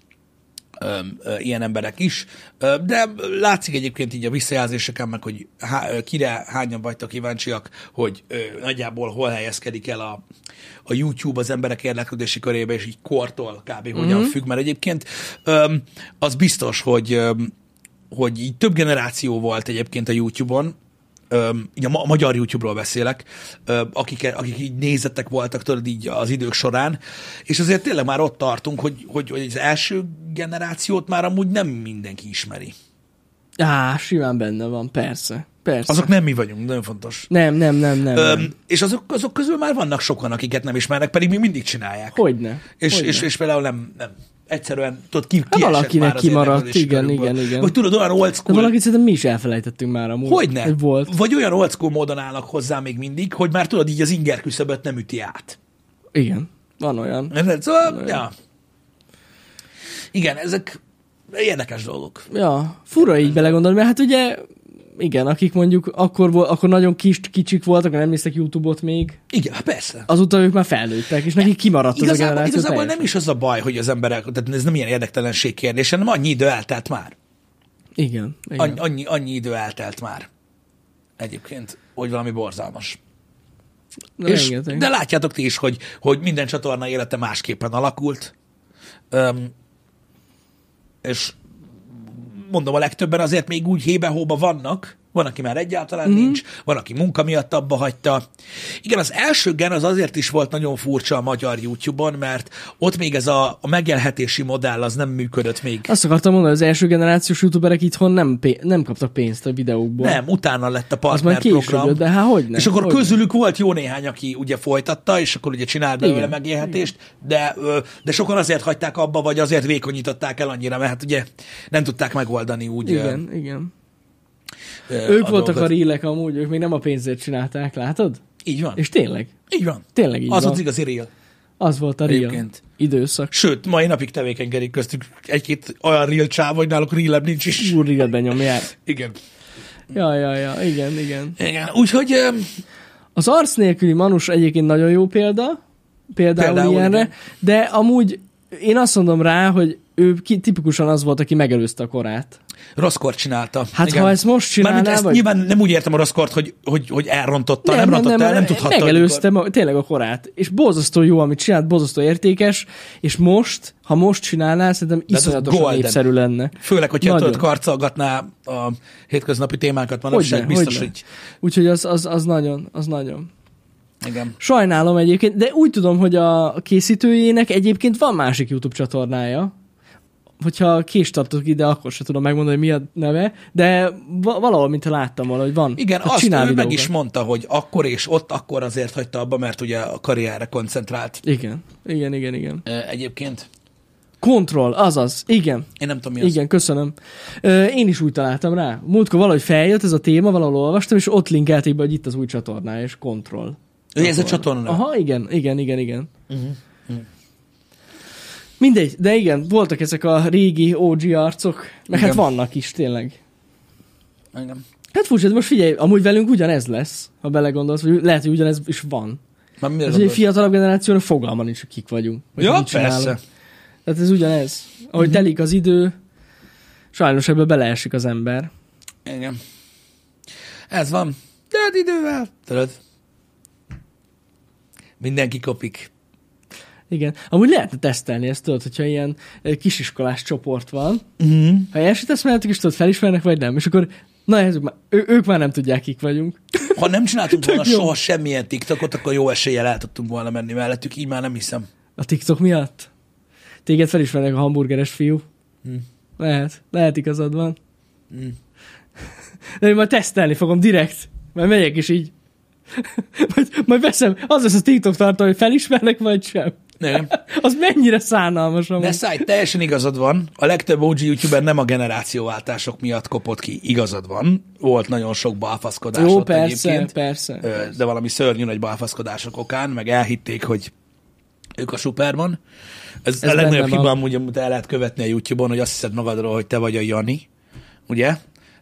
ilyen emberek is, de látszik egyébként így a visszajelzéseken meg, hogy kire hányan vagytok kíváncsiak, hogy nagyjából hol helyezkedik el a YouTube az emberek érdeklődési körébe, és így kortól kb. Hogyan függ, mert egyébként az biztos, hogy így több generáció volt egyébként a YouTube-on, így a magyar YouTube-ról beszélek, akik így nézettek voltak tőled így az idők során, és azért tényleg már ott tartunk, hogy az első generációt már amúgy nem mindenki ismeri. Simán benne van, persze. Azok nem mi vagyunk, nagyon fontos. Nem. És azok közül már vannak sokan, akiket nem ismernek, pedig még mindig csinálják. Hogyne. És például nem. Egyszerűen, tudod, kiesett valakinek már az kimaradt, igen. Vagy tudod, olyan old school... De valakit szerintem mi is elfelejtettünk már amúgy. Hogyne. Volt. Vagy olyan old school módon állnak hozzá még mindig, hogy már tudod, így az inger küszöböt nem üti át. Igen, van olyan. Szóval, ja. Igen, ezek érdekes dolgok. Ja, fura így belegondolni, mert hát ugye, igen, akik mondjuk akkor nagyon kicsik voltak, nem néztek YouTube-ot még. Igen, persze. Azután ők már felnőttek, és nekik kimaradt az a generáció. Igazából nem is az a baj, hogy az emberek, tehát ez nem ilyen érdektelenség kérdés, hanem annyi idő eltelt már. Igen. Annyi idő eltelt már. Egyébként, hogy valami borzalmas. De látjátok ti is, hogy minden csatorna élete másképpen alakult. És mondom, a legtöbben azért még úgy hébe-hóba vannak, van, aki már egyáltalán nincs, van, aki munka miatt abba hagyta. Igen, az első gen az azért is volt nagyon furcsa a magyar YouTube-on, mert ott még ez a megélhetési modell az nem működött még. Azt akartam mondani, az első generációs youtuberek itthon nem kaptak pénzt a videókból. Nem, utána lett a partnerprogram. De hát hogyne. És akkor közülük volt jó néhány, aki ugye folytatta, és akkor ugye csinált belőle megélhetést, de sokan azért hagyták abba, vagy azért vékonyították el annyira, mert hát ugye nem tudták megoldani úgy. Igen. Ők voltak a rílek amúgy, ők még nem a pénzért csinálták, látod? Így van. És tényleg. Így van. Tényleg így az van. Az igazi ríl. Az volt a ríl. Időszak. Sőt, mai napig tevékenykedik köztük egy-két olyan ríl csáv, hogy náluk rílebb nincs is. Úr rílet benyomják. Igen. Ja, igen. Úgyhogy... Az arc nélküli Manus egyébként nagyon jó például ilyenre, igen. De amúgy én azt mondom rá, hogy ő tipikusan az volt, aki megelőzte a korát. Rosszkor csinálta. Hát igen. Ha ezt most csinálná, ezt vagy... Nyilván nem úgy értem a rosszkort, hogy elrontotta, nem tudhatta. Megelőzte tényleg a korát. És borzasztó jó, amit csinált, borzasztó értékes, és most, ha most csinálná, szerintem iszonyatosan népszerű lenne. Főleg, hogyha tudod karcolgatná a hétköznapi témákat manapság, biztos, hogy... Úgyhogy az nagyon. Igen. Sajnálom egyébként, de úgy tudom, hogy a készítőjének egyébként van másik YouTube csatornája. Hogyha kést tartok ide, akkor sem tudom megmondani, hogy mi a neve, de valahol, mintha láttam valahogy van. Igen, azt ő meg is mondta, hogy akkor és ott akkor azért hagyta abba, mert ugye a karrierre koncentrált. Igen. Egyébként. Control, azaz, igen. Én nem tudom, mi az. Igen, köszönöm. Én is úgy találtam rá. Múltkor valahogy feljött ez a téma, valahol olvastam, és ott linkelték be, hogy itt az új csatornája, és Control. Ez a csatorna? Aha, igen. Mindegy, de igen, voltak ezek a régi OG arcok, meg hát vannak is, tényleg. Igen. Hát furcsa, de most figyelj, amúgy velünk ugyanez lesz, ha belegondolsz, vagy lehet, hogy ugyanez is van. Ez egy fiatalabb generációnak fogalma nincs, hogy kik vagyunk. Ja, persze. Tehát ez ugyanez. Ahogy telik az idő, sajnos ebbe beleesik az ember. Igen. Ez van. De hát idővel, tudod. Mindenki kopik. Igen. Amúgy lehetne tesztelni ezt, tudod, hogyha ilyen kisiskolás csoport van. Ha elsőt eszméletek, és tudod, felismernek, vagy nem. És akkor, na ez, ők már nem tudják, kik vagyunk. Ha nem csináltunk volna soha semmilyen TikTokot, akkor jó eséllyel el tudtunk volna menni mellettük, így már nem hiszem. A TikTok miatt? Téged felismernek a hamburgeres fiú? Lehet igazad van. De én majd tesztelni fogom direkt. Majd megyek is így. majd veszem, az lesz a TikTok tartalom, hogy felismernek, vagy sem. Nem. Az mennyire szánalmas amúgy. Ne szállj, teljesen igazad van. A legtöbb OG YouTuber nem a generációváltások miatt kopott ki. Igazad van. Volt nagyon sok balfaszkodás jó, ott persze, egyébként. Persze. De valami szörnyű nagy balfaszkodások okán, meg elhitték, hogy ők a Superman. Ez a legnagyobb hiba amúgy, amit el lehet követni a YouTube-on, hogy azt hiszed magadról, hogy te vagy a Jani. Ugye?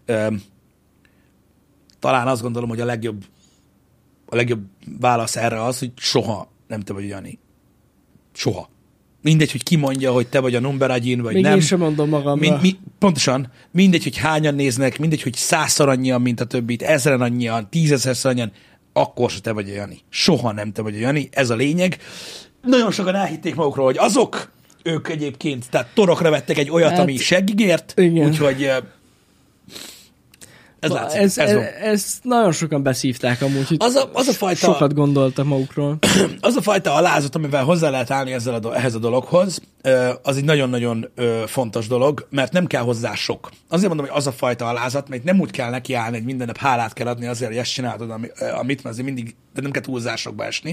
Talán azt gondolom, hogy a legjobb válasz erre az, hogy soha nem te vagy a Jani. Soha. Mindegy, hogy ki mondja, hogy te vagy a Numberagyin, vagy még nem. Még én sem mondom magamra. Pontosan. Mindegy, hogy hányan néznek, mindegy, hogy 100-szor annyian, mint a többit, 1000-en annyian, 10 000-szer annyian, akkor se te vagy a Jani. Soha nem te vagy a Jani. Ez a lényeg. Nagyon sokan elhitték magukról, hogy azok, ők egyébként, tehát torokra vettek egy olyat, ami seggigért, úgyhogy ez látszik, ez nagyon sokan beszívták amúgy, hogy az a fajta, sokat gondoltak magukról. Az a fajta alázat, amivel hozzá lehet állni ehhez a dologhoz, az egy nagyon-nagyon fontos dolog, mert nem kell hozzá sok. Azért mondom, hogy az a fajta alázat, mert nem úgy kell nekiállni, hogy minden nap hálát kell adni azért, hogy ezt csinálod, amit azért mindig, de nem kell túlzásokba esni.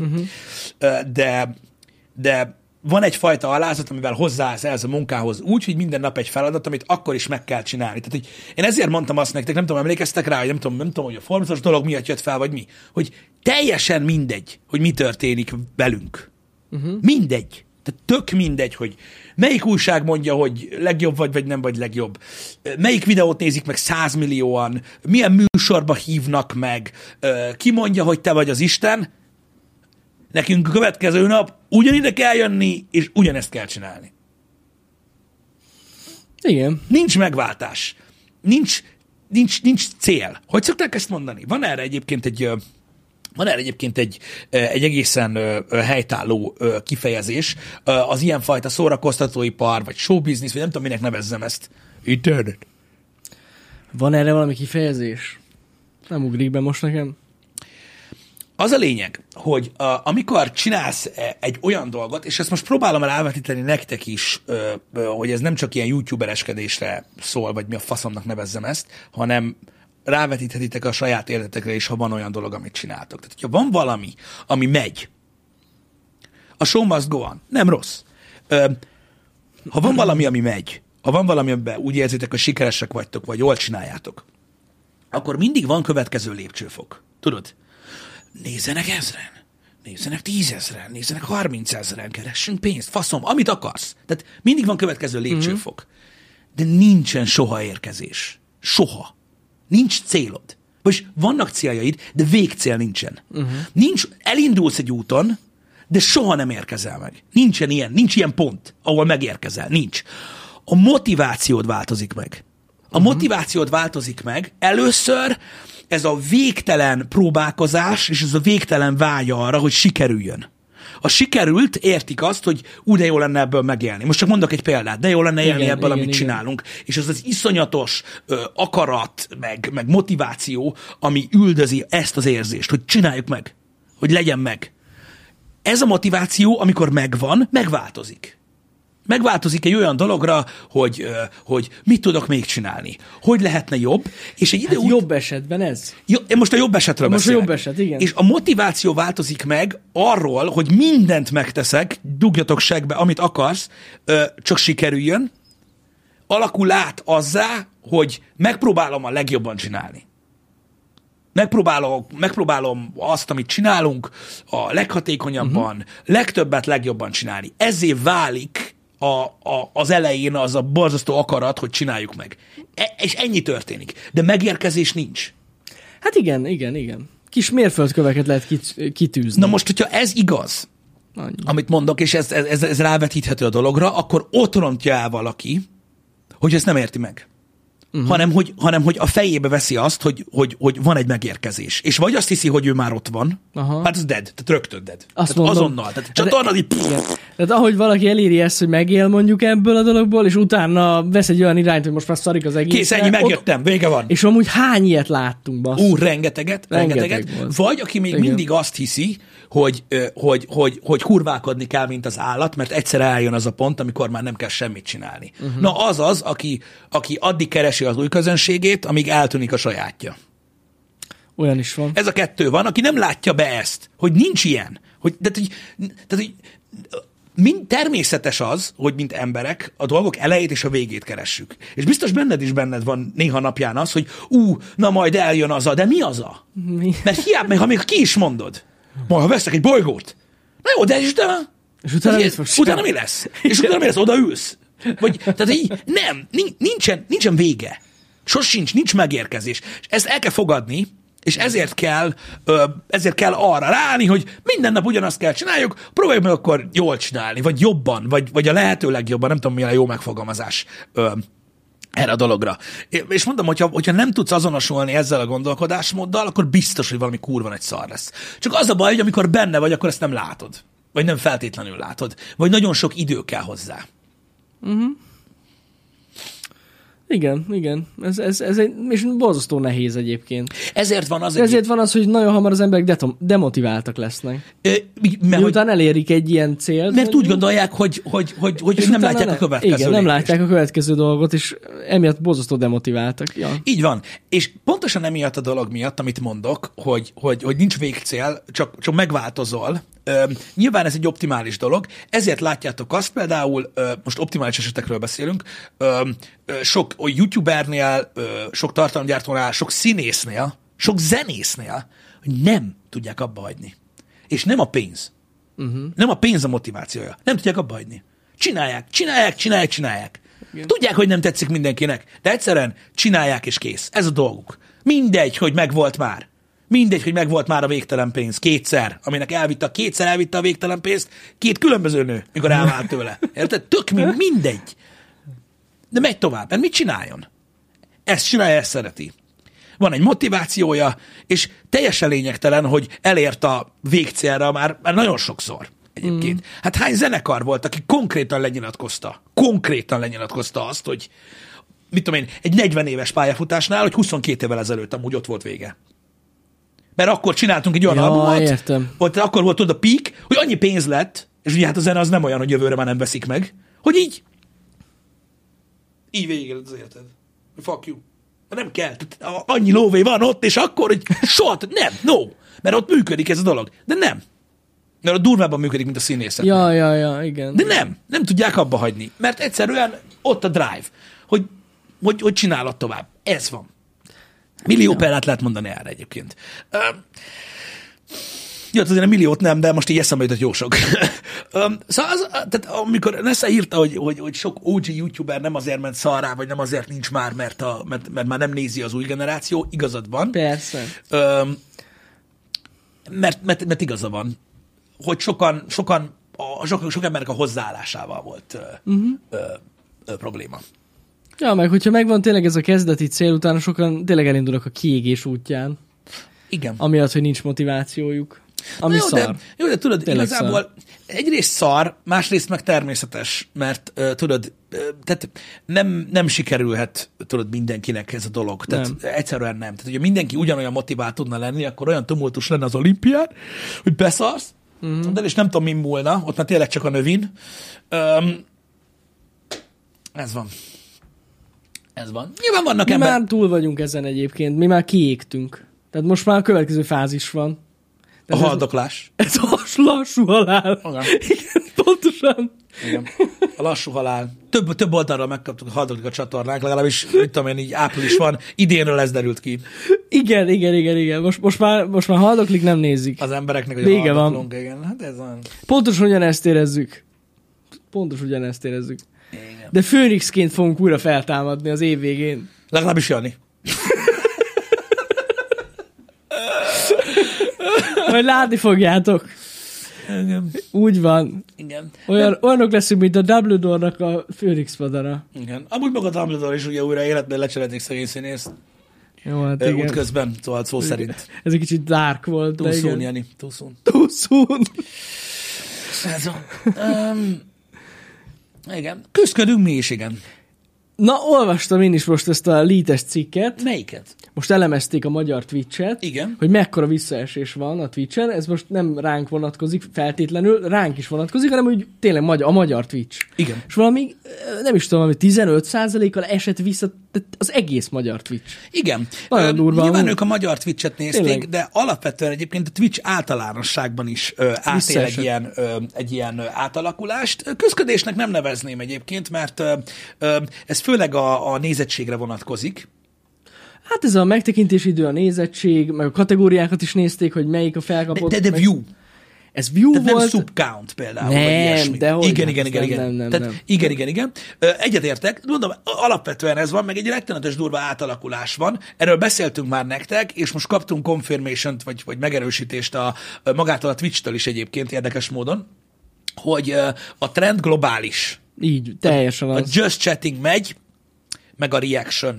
De van egyfajta alázat, amivel hozzáállsz ehhez a munkához úgy, hogy minden nap egy feladat, amit akkor is meg kell csinálni. Tehát, hogy én ezért mondtam azt nektek, nem tudom, emlékeztek rá, hogy nem tudom, hogy a formos dolog miatt jött fel, vagy mi, hogy teljesen mindegy, hogy mi történik velünk. Mindegy. Tehát tök mindegy, hogy melyik újság mondja, hogy legjobb vagy nem vagy legjobb. Melyik videót nézik meg 100 millióan, milyen műsorba hívnak meg, ki mondja, hogy te vagy az Isten. Nekünk a következő nap ugyanide kell jönni, és ugyanezt kell csinálni. Igen. Nincs megváltás. Nincs cél. Hogy szokták ezt mondani? Van erre egyébként egy egészen helytálló kifejezés. Az ilyenfajta szórakoztatóipar, vagy showbiznisz, vagy nem tudom, minek nevezzem ezt. Internet. Van erre valami kifejezés? Nem ugrik be most nekem. Az a lényeg, hogy amikor csinálsz egy olyan dolgot, és ezt most próbálom elvetíteni nektek is, hogy ez nem csak ilyen youtubereskedésre szól, vagy mi a faszomnak nevezzem ezt, hanem rávetíthetitek a saját életetekre is, ha van olyan dolog, amit csináltok. Tehát, hogyha van valami, ami megy, a show must go on. Nem rossz. Ha van valami, ami megy, ha van valami, amiben úgy érzitek, hogy sikeresek vagytok, vagy jól csináljátok, akkor mindig van következő lépcsőfok. Tudod? Nézzenek 1000-en, nézzenek 10 000-en, nézzenek 30 000-en, keressünk pénzt, faszom, amit akarsz. Tehát mindig van következő lépcsőfok. De nincsen soha érkezés. Soha. Nincs célod. Vagy vannak céljaid, de végcél nincsen. Elindulsz egy úton, de soha nem érkezel meg. Nincs ilyen pont, ahol megérkezel. Nincs. A motivációd változik meg. A motivációd változik meg. Először ez a végtelen próbálkozás, és ez a végtelen vágya arra, hogy sikerüljön. A sikerült értik azt, hogy de jó lenne ebből megélni. Most csak mondok egy példát, de jó lenne élni ebből, amit csinálunk. És ez az iszonyatos akarat, meg motiváció, ami üldözi ezt az érzést, hogy csináljuk meg, hogy legyen meg. Ez a motiváció, amikor megvan, megváltozik. megváltozik egy olyan dologra, hogy mit tudok még csinálni, hogy lehetne jobb, és egy idő jobb esetben ez. Most a jobb esetről beszélek. A jobb eset, igen. És a motiváció változik meg arról, hogy mindent megteszek, dugjatok segbe, amit akarsz, csak sikerüljön, alakul át azzá, hogy megpróbálom a legjobban csinálni. Megpróbálom azt, amit csinálunk, a leghatékonyabban, legtöbbet, legjobban csinálni. Ezzé válik az elején az a borzasztó akarat, hogy csináljuk meg. És ennyi történik. De megérkezés nincs. Hát igen. Kis mérföldköveket lehet kitűzni. Na most, hogyha ez igaz, amit mondok, és ez rávetíthető a dologra, akkor ott rontja el valaki, hogy ezt nem érti meg. Hanem hogy a fejébe veszi azt, hogy van egy megérkezés. És vagy azt hiszi, hogy ő már ott van, hát az dead, tehát rögtön dead. Tehát azonnal. Tehát csatornad így... Tehát ahogy valaki eléri ezt, hogy megél mondjuk ebből a dologból, és utána vesz egy olyan irányt, hogy most már szarik az egész. Kész, ennyi, megjöttem, vége van. És amúgy hány ilyet láttunk, basszus? Rengeteget. Vagy aki még mindig azt hiszi, hogy kurválkodni kell, mint az állat, mert egyszer eljön az a pont, amikor már nem kell semmit csinálni. Na az, aki addig keresi az új közönségét, amíg eltűnik a sajátja. Olyan is van. Ez a kettő van, aki nem látja be ezt, hogy nincs ilyen. Természetes az, hogy mint emberek a dolgok elejét és a végét keressük. És biztos benned van néha napján az, hogy na majd eljön az de mi az a? Mi? Mert hiába, még ha még ki is mondod, majd ha veszek egy bolygót, na jó, de és utána mi lesz? És utána mi lesz? Odaülsz? Vagy, tehát így nincsen vége. Sosincs, nincs megérkezés. És ezt el kell fogadni, és ezért kell arra ráállni, hogy minden nap ugyanazt kell csináljuk, próbáljuk meg akkor jól csinálni, vagy jobban, vagy a lehető legjobban, nem tudom, milyen a jó megfogalmazás erre a dologra. És mondom, hogyha nem tudsz azonosulni ezzel a gondolkodásmóddal, akkor biztos, hogy valami kurva nagy szar lesz. Csak az a baj, hogy amikor benne vagy, akkor ezt nem látod. Vagy nem feltétlenül látod. Vagy nagyon sok idő kell hozzá. Igen. Ez egy, és borzasztó nehéz egyébként. Ezért van az, hogy nagyon hamar az emberek demotiváltak lesznek. Miután elérik egy ilyen célt. Mert úgy gondolják, hogy nem látják a következő Igen, nem látják a következő dolgot, és emiatt borzasztó demotiváltak. Ja. Így van. És pontosan emiatt a dolog miatt, amit mondok, hogy nincs végcél, csak megváltozol. Nyilván ez egy optimális dolog, ezért látjátok azt például, most optimális esetekről beszélünk, sok youtubernél, sok tartalomgyártónál, sok színésznél, sok zenésznél, hogy nem tudják abba hagyni. És nem a pénz. Nem a pénz a motivációja. Nem tudják abba hagyni. Csinálják. Igen. Tudják, hogy nem tetszik mindenkinek, de egyszerűen csinálják és kész. Ez a dolguk. Mindegy, hogy megvolt már. Mindegy, hogy megvolt már a végtelen pénz kétszer, aminek kétszer elvitte a végtelen pénzt, két különböző nő, mikor elvált tőle. Érted? Tök mindegy. De megy tovább. Mert mit csináljon? Ezt csinálja, ezt szereti. Van egy motivációja, és teljesen lényegtelen, hogy elért a végcélra már nagyon sokszor egyébként. Hát hány zenekar volt, aki konkrétan lenyilatkozta azt, hogy mit tudom én, egy 40 éves pályafutásnál, hogy 22 évvel ezelőtt amúgy ott volt vége. Mert akkor csináltunk egy olyan albumot, akkor volt ott a peak, hogy annyi pénz lett, és ugye hát a zene az nem olyan, hogy jövőre már nem veszik meg, hogy így végig az életed. Fuck you. Nem kell. Annyi lóvé van ott, és akkor, hogy soha, no. Mert ott működik ez a dolog. De nem. Mert ott durvábban működik, mint a színészet. Ja, igen. De nem tudják abba hagyni. Mert egyszerűen ott a drive, hogy csinálod tovább. Ez van. Millió példát lehet mondani erre egyébként. Jó, azért a milliót nem, de most így eszembe jutott jó sok. Szóval tehát amikor Nessa írta, hogy sok OG YouTuber nem azért ment szarrá, vagy nem azért nincs már, mert már nem nézi az új generáció, igazad van. Persze. Mert igaza van, hogy sok embernek a hozzáállásával volt probléma. Ja, meg hogyha megvan tényleg ez a kezdeti cél, utána sokan tényleg elindulnak a kiégés útján. Igen. Amiatt, hogy nincs motivációjuk. Ami szar. De tudod, tényleg igazából szar. Egyrészt szar, másrészt meg természetes, mert tudod, tehát nem sikerülhet tudod mindenkinek ez a dolog. Tehát egyszerűen nem. Tehát, hogyha mindenki ugyanolyan motivált tudna lenni, akkor olyan tumultus lenne az olimpián, hogy beszarsz, de és nem tudom, mi múlna, ott már tényleg csak a növin. Ez van. Ez van. Nyilván vannak Mi már túl vagyunk ezen egyébként, mi már kiégtünk. Tehát most már a következő fázis van. A haldoklás. Ez a lassú halál. Igen, pontosan. Igen. A lassú halál. Több oldalról megkaptuk, haldoklik a csatornák, legalábbis, mit tudom én, így április van, idénről ez derült ki. Igen. Most már haldoklik, nem nézik. Az embereknek, hogy vége haldoklunk, van. igen. Hát ez van. Pontosan ugyanezt érezzük. Igen. De Főnixként fogunk újra feltámadni az év végén. Legalábbis Jani. Majd látni fogjátok. Igen. Úgy van. Igen. Olyanok leszünk, mint a Dumbledore-nak a Főnix madara. Igen. Amúgy maga Dumbledore is ugye újra életben lecserélték szegény színészt. Jó, hát igen. Útközben, szóval szó szerint. Ez egy kicsit dark volt. Too soon, Jani. Too soon. Ez igen. Küzdködünk mi is, igen. Na, olvastam én is most ezt a lead-es cikket. Melyiket? Most elemezték a magyar Twitch-et, Igen. hogy mekkora visszaesés van a Twitch-en. Ez most nem ránk vonatkozik feltétlenül, ránk is vonatkozik, hanem úgy tényleg a magyar Twitch. Igen. És valami, nem is tudom, hogy 15%-kal esett vissza az egész magyar Twitch. Igen. Nagyon durva. Nyilván ők a magyar Twitch-et nézték, tényleg. de alapvetően egyébként a Twitch általánosságban is átél egy ilyen átalakulást. Küzdködésnek nem nevezném egyébként, mert ez főleg a nézettségre vonatkozik. Hát ez a megtekintési idő, a nézettség, meg a kategóriákat is nézték, hogy melyik a felkapott. De view. Ez view tehát volt. nem subcount például. Nem, dehogy. Igen. Igen. Egyetértek. Mondom, alapvetően ez van, meg egy rettenetes durva átalakulás van. Erről beszéltünk már nektek, és most kaptunk confirmation-t, vagy megerősítést magától a Twitch-től is egyébként érdekes módon, hogy a trend globális. Így, teljesen a Just Chatting megy, meg a reaction.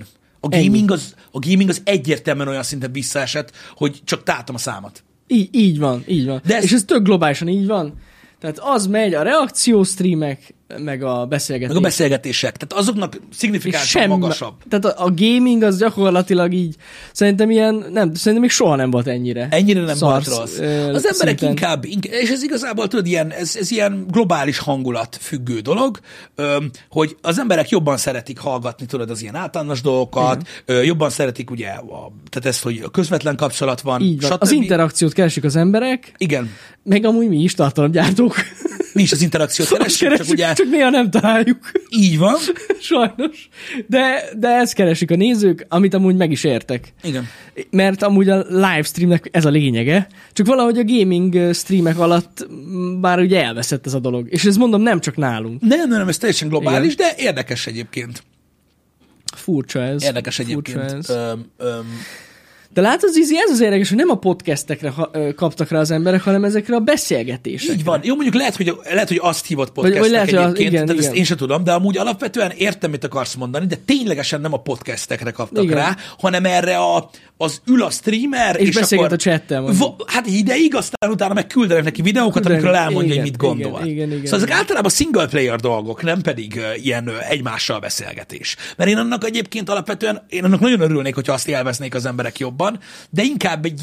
A gaming az egyértelműen olyan szinten visszaesett, hogy csak tátom a számat. Így van. De és ez tök globálisan így van. Tehát az megy a reakcióstreamek, meg a beszélgetések. Tehát azoknak szignifikánsan magasabb. Tehát a gaming az gyakorlatilag így, szerintem még soha nem volt ennyire. Ennyire nem volt rossz. Az emberek inkább, és ez igazából tudod, ez ilyen globális hangulat függő dolog, hogy az emberek jobban szeretik hallgatni, tudod, az ilyen általános dolgokat, jobban szeretik ugye, tehát ezt, hogy közvetlen kapcsolat van. Így van. Az interakciót keresik az emberek. Igen. Meg amúgy mi is tartalomgyártók. Mi is az interakciót keresünk, csak néha nem találjuk. Így van. Sajnos. De ezt keresik a nézők, amit amúgy meg is értek. Igen. Mert amúgy a livestreamnek ez a lényege, csak valahogy a gaming streamek alatt már ugye elveszett ez a dolog. És ez mondom, nem csak nálunk. Nem, ez teljesen globális, igen. De érdekes egyébként. Furcsa ez. Érdekes egyébként. De látod, Zizi, ez az érdekes, hogy nem a podcastekre kaptak rá az emberek, hanem ezekre a beszélgetésekre. Így van. Jó, mondjuk lehet, hogy azt hívott podcastnek egyébként, igen. Ezt én sem tudom, de amúgy alapvetően értem, mit akarsz mondani, de ténylegesen nem a podcastekre kaptak rá, hanem erre az ül a streamer, és beszélget a chattel. Hát ideig, aztán utána meg küldenek neki videókat, amikről elmondja, hogy mit gondol. Igen. Szóval ezek általában single player dolgok, nem pedig ilyen egymással beszélgetés. Mert én annak egyébként alapvetően, én annak nagyon örülnék, hogyha azt élveznék az emberek jobban, de inkább egy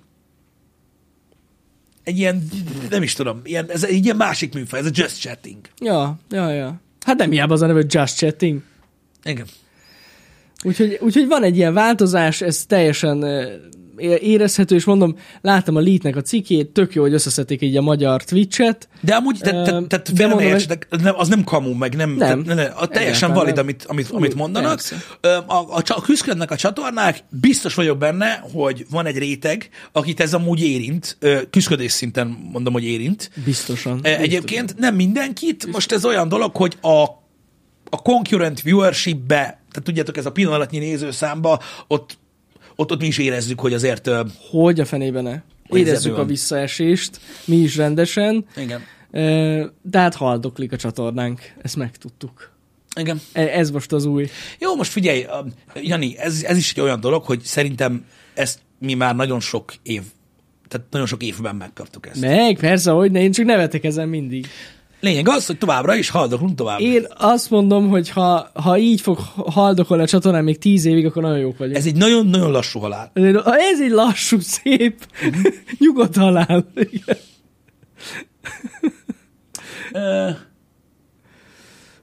ilyen, nem is tudom, ez egy ilyen másik műfaj, ez a just chatting. Ja. Hát nem hiába az a neve, hogy just chatting. Igen. Úgyhogy van egy ilyen változás, ez teljesen érezhető, és mondom, láttam a Lead-nek a cikkét, tök jó, hogy összeszedték így a magyar Twitch-et. De amúgy, az nem kamu, meg nem teljesen valid, amit mondanak. A küzdködnek a csatornák, biztos vagyok benne, hogy van egy réteg, akit ez amúgy érint, küzdködés szinten mondom, hogy érint. Biztosan. Egyébként nem mindenkit, most ez olyan dolog, hogy a concurrent viewership-be, tehát tudjátok, ez a pillanatnyi nézőszámba, ott mi is érezzük, hogy azért... Hogy a fenében ne? Érezzük a visszaesést, mi is rendesen. Igen. De hát haldoklik a csatornánk, ezt megtudtuk. Igen. Ez most az új. Jó, most figyelj, Jani, ez is egy olyan dolog, hogy szerintem ezt mi már nagyon sok évben megkaptuk ezt. Persze, hogy ne, én csak nevetek ezen mindig. Lényeg az, hogy továbbra is haldoklunk tovább. Én azt mondom, hogy ha így fog haldokolni a csatornán még 10 évig, akkor nagyon jók vagyok. Ez egy nagyon-nagyon lassú halál. Ez egy lassú, szép, nyugodt halál.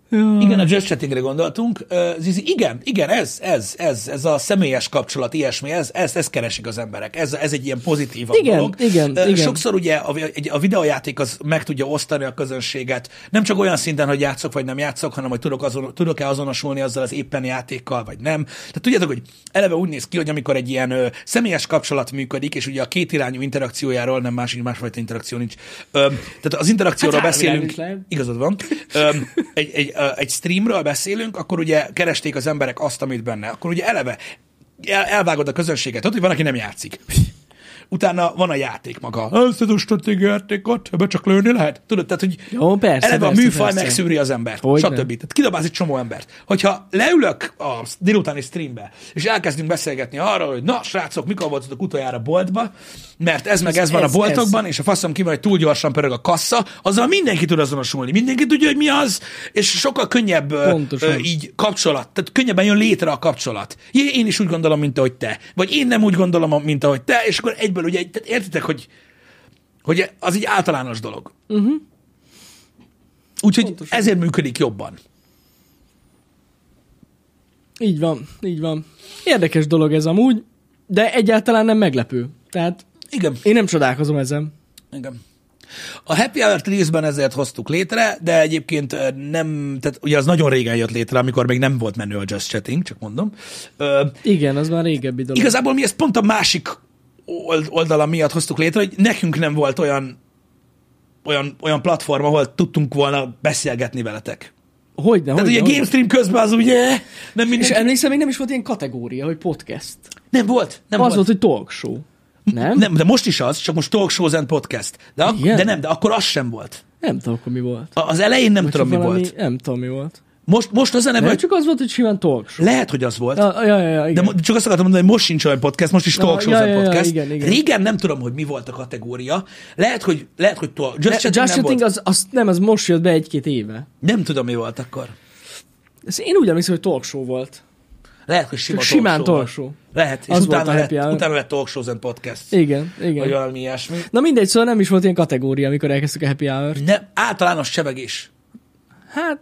Ja. Igen, a just chattingre gondoltunk. Igen, ez a személyes kapcsolat, ilyesmi, ezt keresik az emberek. Ez egy ilyen pozitívabb dolog. Igen. Sokszor ugye a videójáték az meg tudja osztani a közönséget, nem csak olyan szinten, hogy játszok vagy nem játszok, hanem hogy tudok-e azonosulni azzal az éppen játékkal, vagy nem. Tehát tudjátok, hogy eleve úgy néz ki, hogy amikor egy ilyen személyes kapcsolat működik, és ugye a kétirányú interakciójáról, nem másfajta interakció nincs. Tehát az interakcióról beszélünk. Igazad van. Egy streamről beszélünk, akkor ugye keresték az emberek azt, amit benne. Akkor ugye eleve elvágod a közönséget. Tudod, hogy van, aki nem játszik. Utána van a játék maga. Ezt a stratégia játékot, ebbe csak lőni lehet. Tudod, tehát, hogy jó, persze, eleve persze, a műfaj persze. megszűri az embert, Hogyne. stb. Tehát kidobálsz egy csomó embert. Hogyha leülök a délutáni streambe, és elkezdünk beszélgetni arról, hogy na, srácok, mikor voltatok utoljára boltba, mert ez meg ez van a boltokban, és a faszom ki van, hogy túl gyorsan pörög a kassa, azzal mindenki tud azonosulni. Mindenki tudja, hogy mi az, és sokkal könnyebb így kapcsolat. Tehát könnyebben jön létre a kapcsolat. Én is úgy gondolom, mint ahogy te. Vagy én nem úgy gondolom, mint ahogy te, és akkor egyből ugye, tehát értitek, hogy az egy általános dolog. Úgyhogy pontosan. ezért működik jobban. Így van. Érdekes dolog ez amúgy, de egyáltalán nem meglepő. Tehát Igen. én nem csodálkozom ezen. Igen. A Happy Hour-t részben ezért hoztuk létre, de egyébként nem, tehát ugye az nagyon régen jött létre, amikor még nem volt menő a Just Chatting, csak mondom. Igen, az már régebbi dolog. Igazából mi ezt pont a másik oldala miatt hoztuk létre, hogy nekünk nem volt olyan platform, ahol tudtunk volna beszélgetni veletek. Hogyne. Tehát ugye a GameStream közben az ugye nem mindenki... És emlékszem, még nem is volt ilyen kategória, hogy podcast. Nem volt. Az volt, hogy talk show. Nem? Nem, de most is az, csak most Talk Shows and Podcast. De akkor az sem volt. Nem tudom, akkor mi volt. Az elején nem tudom, mi valami, volt. Nem tudom, mi volt. Most az a neve, Nem, hogy... csak az volt, hogy simán talk show. Lehet, hogy az volt. Ja, igen. De csak azt akartam mondani, hogy most sincs olyan podcast, most is Talk Shows and Podcast. Igen. Régen nem tudom, hogy mi volt a kategória. Lehet, hogy Just Chatting az most jött be 1-2 éve. Nem tudom, mi volt akkor. Én úgy emlékszem, hogy talk show volt. Lehet, hogy simán talk show. Lehet, és utána lett Talk Shows and Podcast. Igen. Vagy valami ilyesmi. Na mindegy, szóval nem is volt ilyen kategória, amikor elkezdtük a Happy Hour-t. Nem, általános csevegés. Hát,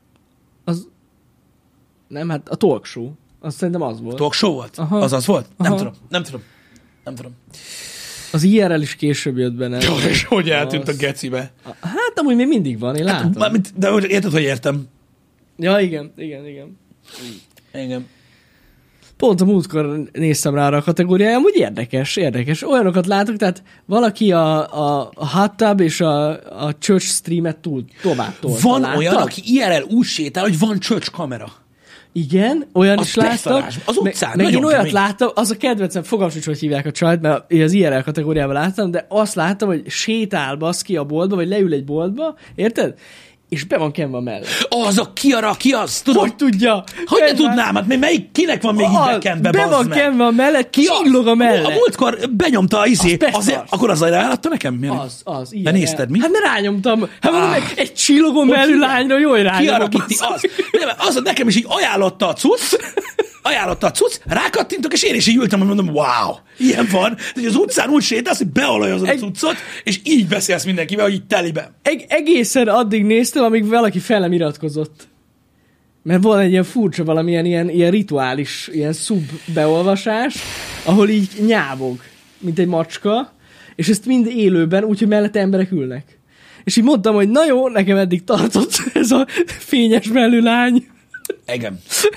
nem, hát a talk show. Azt szerintem az volt. Talk show volt? Aha. Az volt? Aha. Nem tudom. Az IRL is később jött be, nem? Jó, és hogy eltűnt a gecibe? Hát amúgy még mindig van, én látom. De érted, hogy értem. Ja, igen. Igen. Pont a múltkor néztem rá a kategóriája, amúgy érdekes. Olyanokat látok, tehát valaki a hot tub és a church streamet tovább tolta. Van láttad? olyan, aki IRL úgy sétál, hogy van church kamera. Igen, olyan az is láttam. Az utcán, meg én olyat kemény. láttam, az a kedvencem, fogalmam sincs, hogy hívják a csajt, mert én az IRL kategóriában láttam, de azt láttam, hogy sétál baszki a boltba, vagy leül egy boltba, érted? És be van kenve a mellett. Az ki az? Tudod? Hogy tudja? Hogy ne tudnám? Hát kinek van még így bekenve, be van kenve a mellett, csillog a mellett. A múltkor benyomta a izé. Akkor az ráadta nekem? Az. De nézted, mi? Hát mert rányomtam. Hát egy csillogó mellű lányra, jó, hogy rányomtam. Az nekem is így ajánlotta a cucc, rákattintok, és én is így ültem, hogy mondom, wow, ilyen van. De az utcán úgy sétálsz, hogy beolajozod a cuccot, és így beszélsz mindenkivel, hogy így telibe. Egészen addig néztem, amíg valaki felem iratkozott. Mert van egy ilyen furcsa valamilyen ilyen rituális, ilyen szub beolvasás, ahol így nyávog, mint egy macska, és ezt mind élőben, úgyhogy mellette emberek ülnek. És így mondtam, hogy na jó, nekem eddig tartott ez a fényes mellű lány. Igen.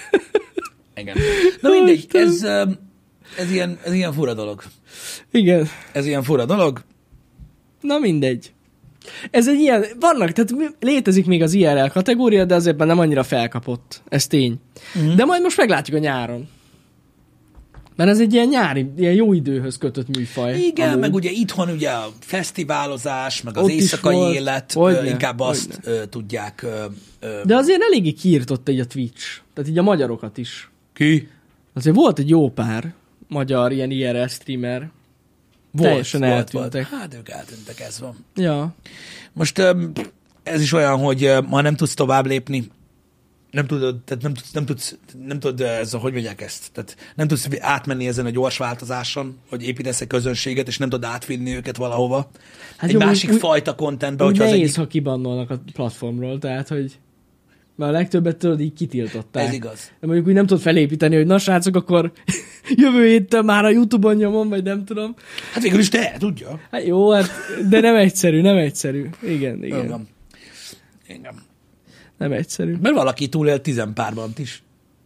Na mindegy, ez ilyen fura dolog. Igen. Ez ilyen fura dolog. Na mindegy. Ez egy ilyen, vannak, tehát létezik még az IRL kategória, de azért nem annyira felkapott. Ez tény. Uh-huh. De majd most meglátjuk a nyáron. Mert ez egy ilyen nyári, ilyen jó időhöz kötött műfaj. Igen, amúgy. meg ugye itthon ugye a fesztiválozás, meg az ott éjszakai élet, inkább hogyne. azt tudják. De azért eléggé kiirtott egy a Twitch. Tehát így a magyarokat is. Ki? Azért volt egy jó pár magyar ilyen IRL streamer. Teljesen eltűntek. Hát ők eltűntek, ez van. Ja. Most ez is olyan, hogy ma nem tudsz tovább lépni, nem tudod, tehát nem tudod, hogy mondják ezt, tehát nem tudsz átmenni ezen a gyors változáson, hogy építesz egy közönséget, és nem tudod átvinni őket valahova. Hát egy jó, másik fajta contentbe, hogyha az nehéz, ha kibannolnak a platformról, tehát, hogy... Mert a legtöbbet tudod, így kitiltották. Ez igaz. De mondjuk úgy nem tudod felépíteni, hogy na srácok, akkor jövő héttől már a YouTube-on nyomom, vagy nem tudom. Hát végül is te, tudja. Hát jó, hát, de nem egyszerű, nem egyszerű. Igen. Igen. Nem egyszerű. Mert valaki túlél 10 párbant is.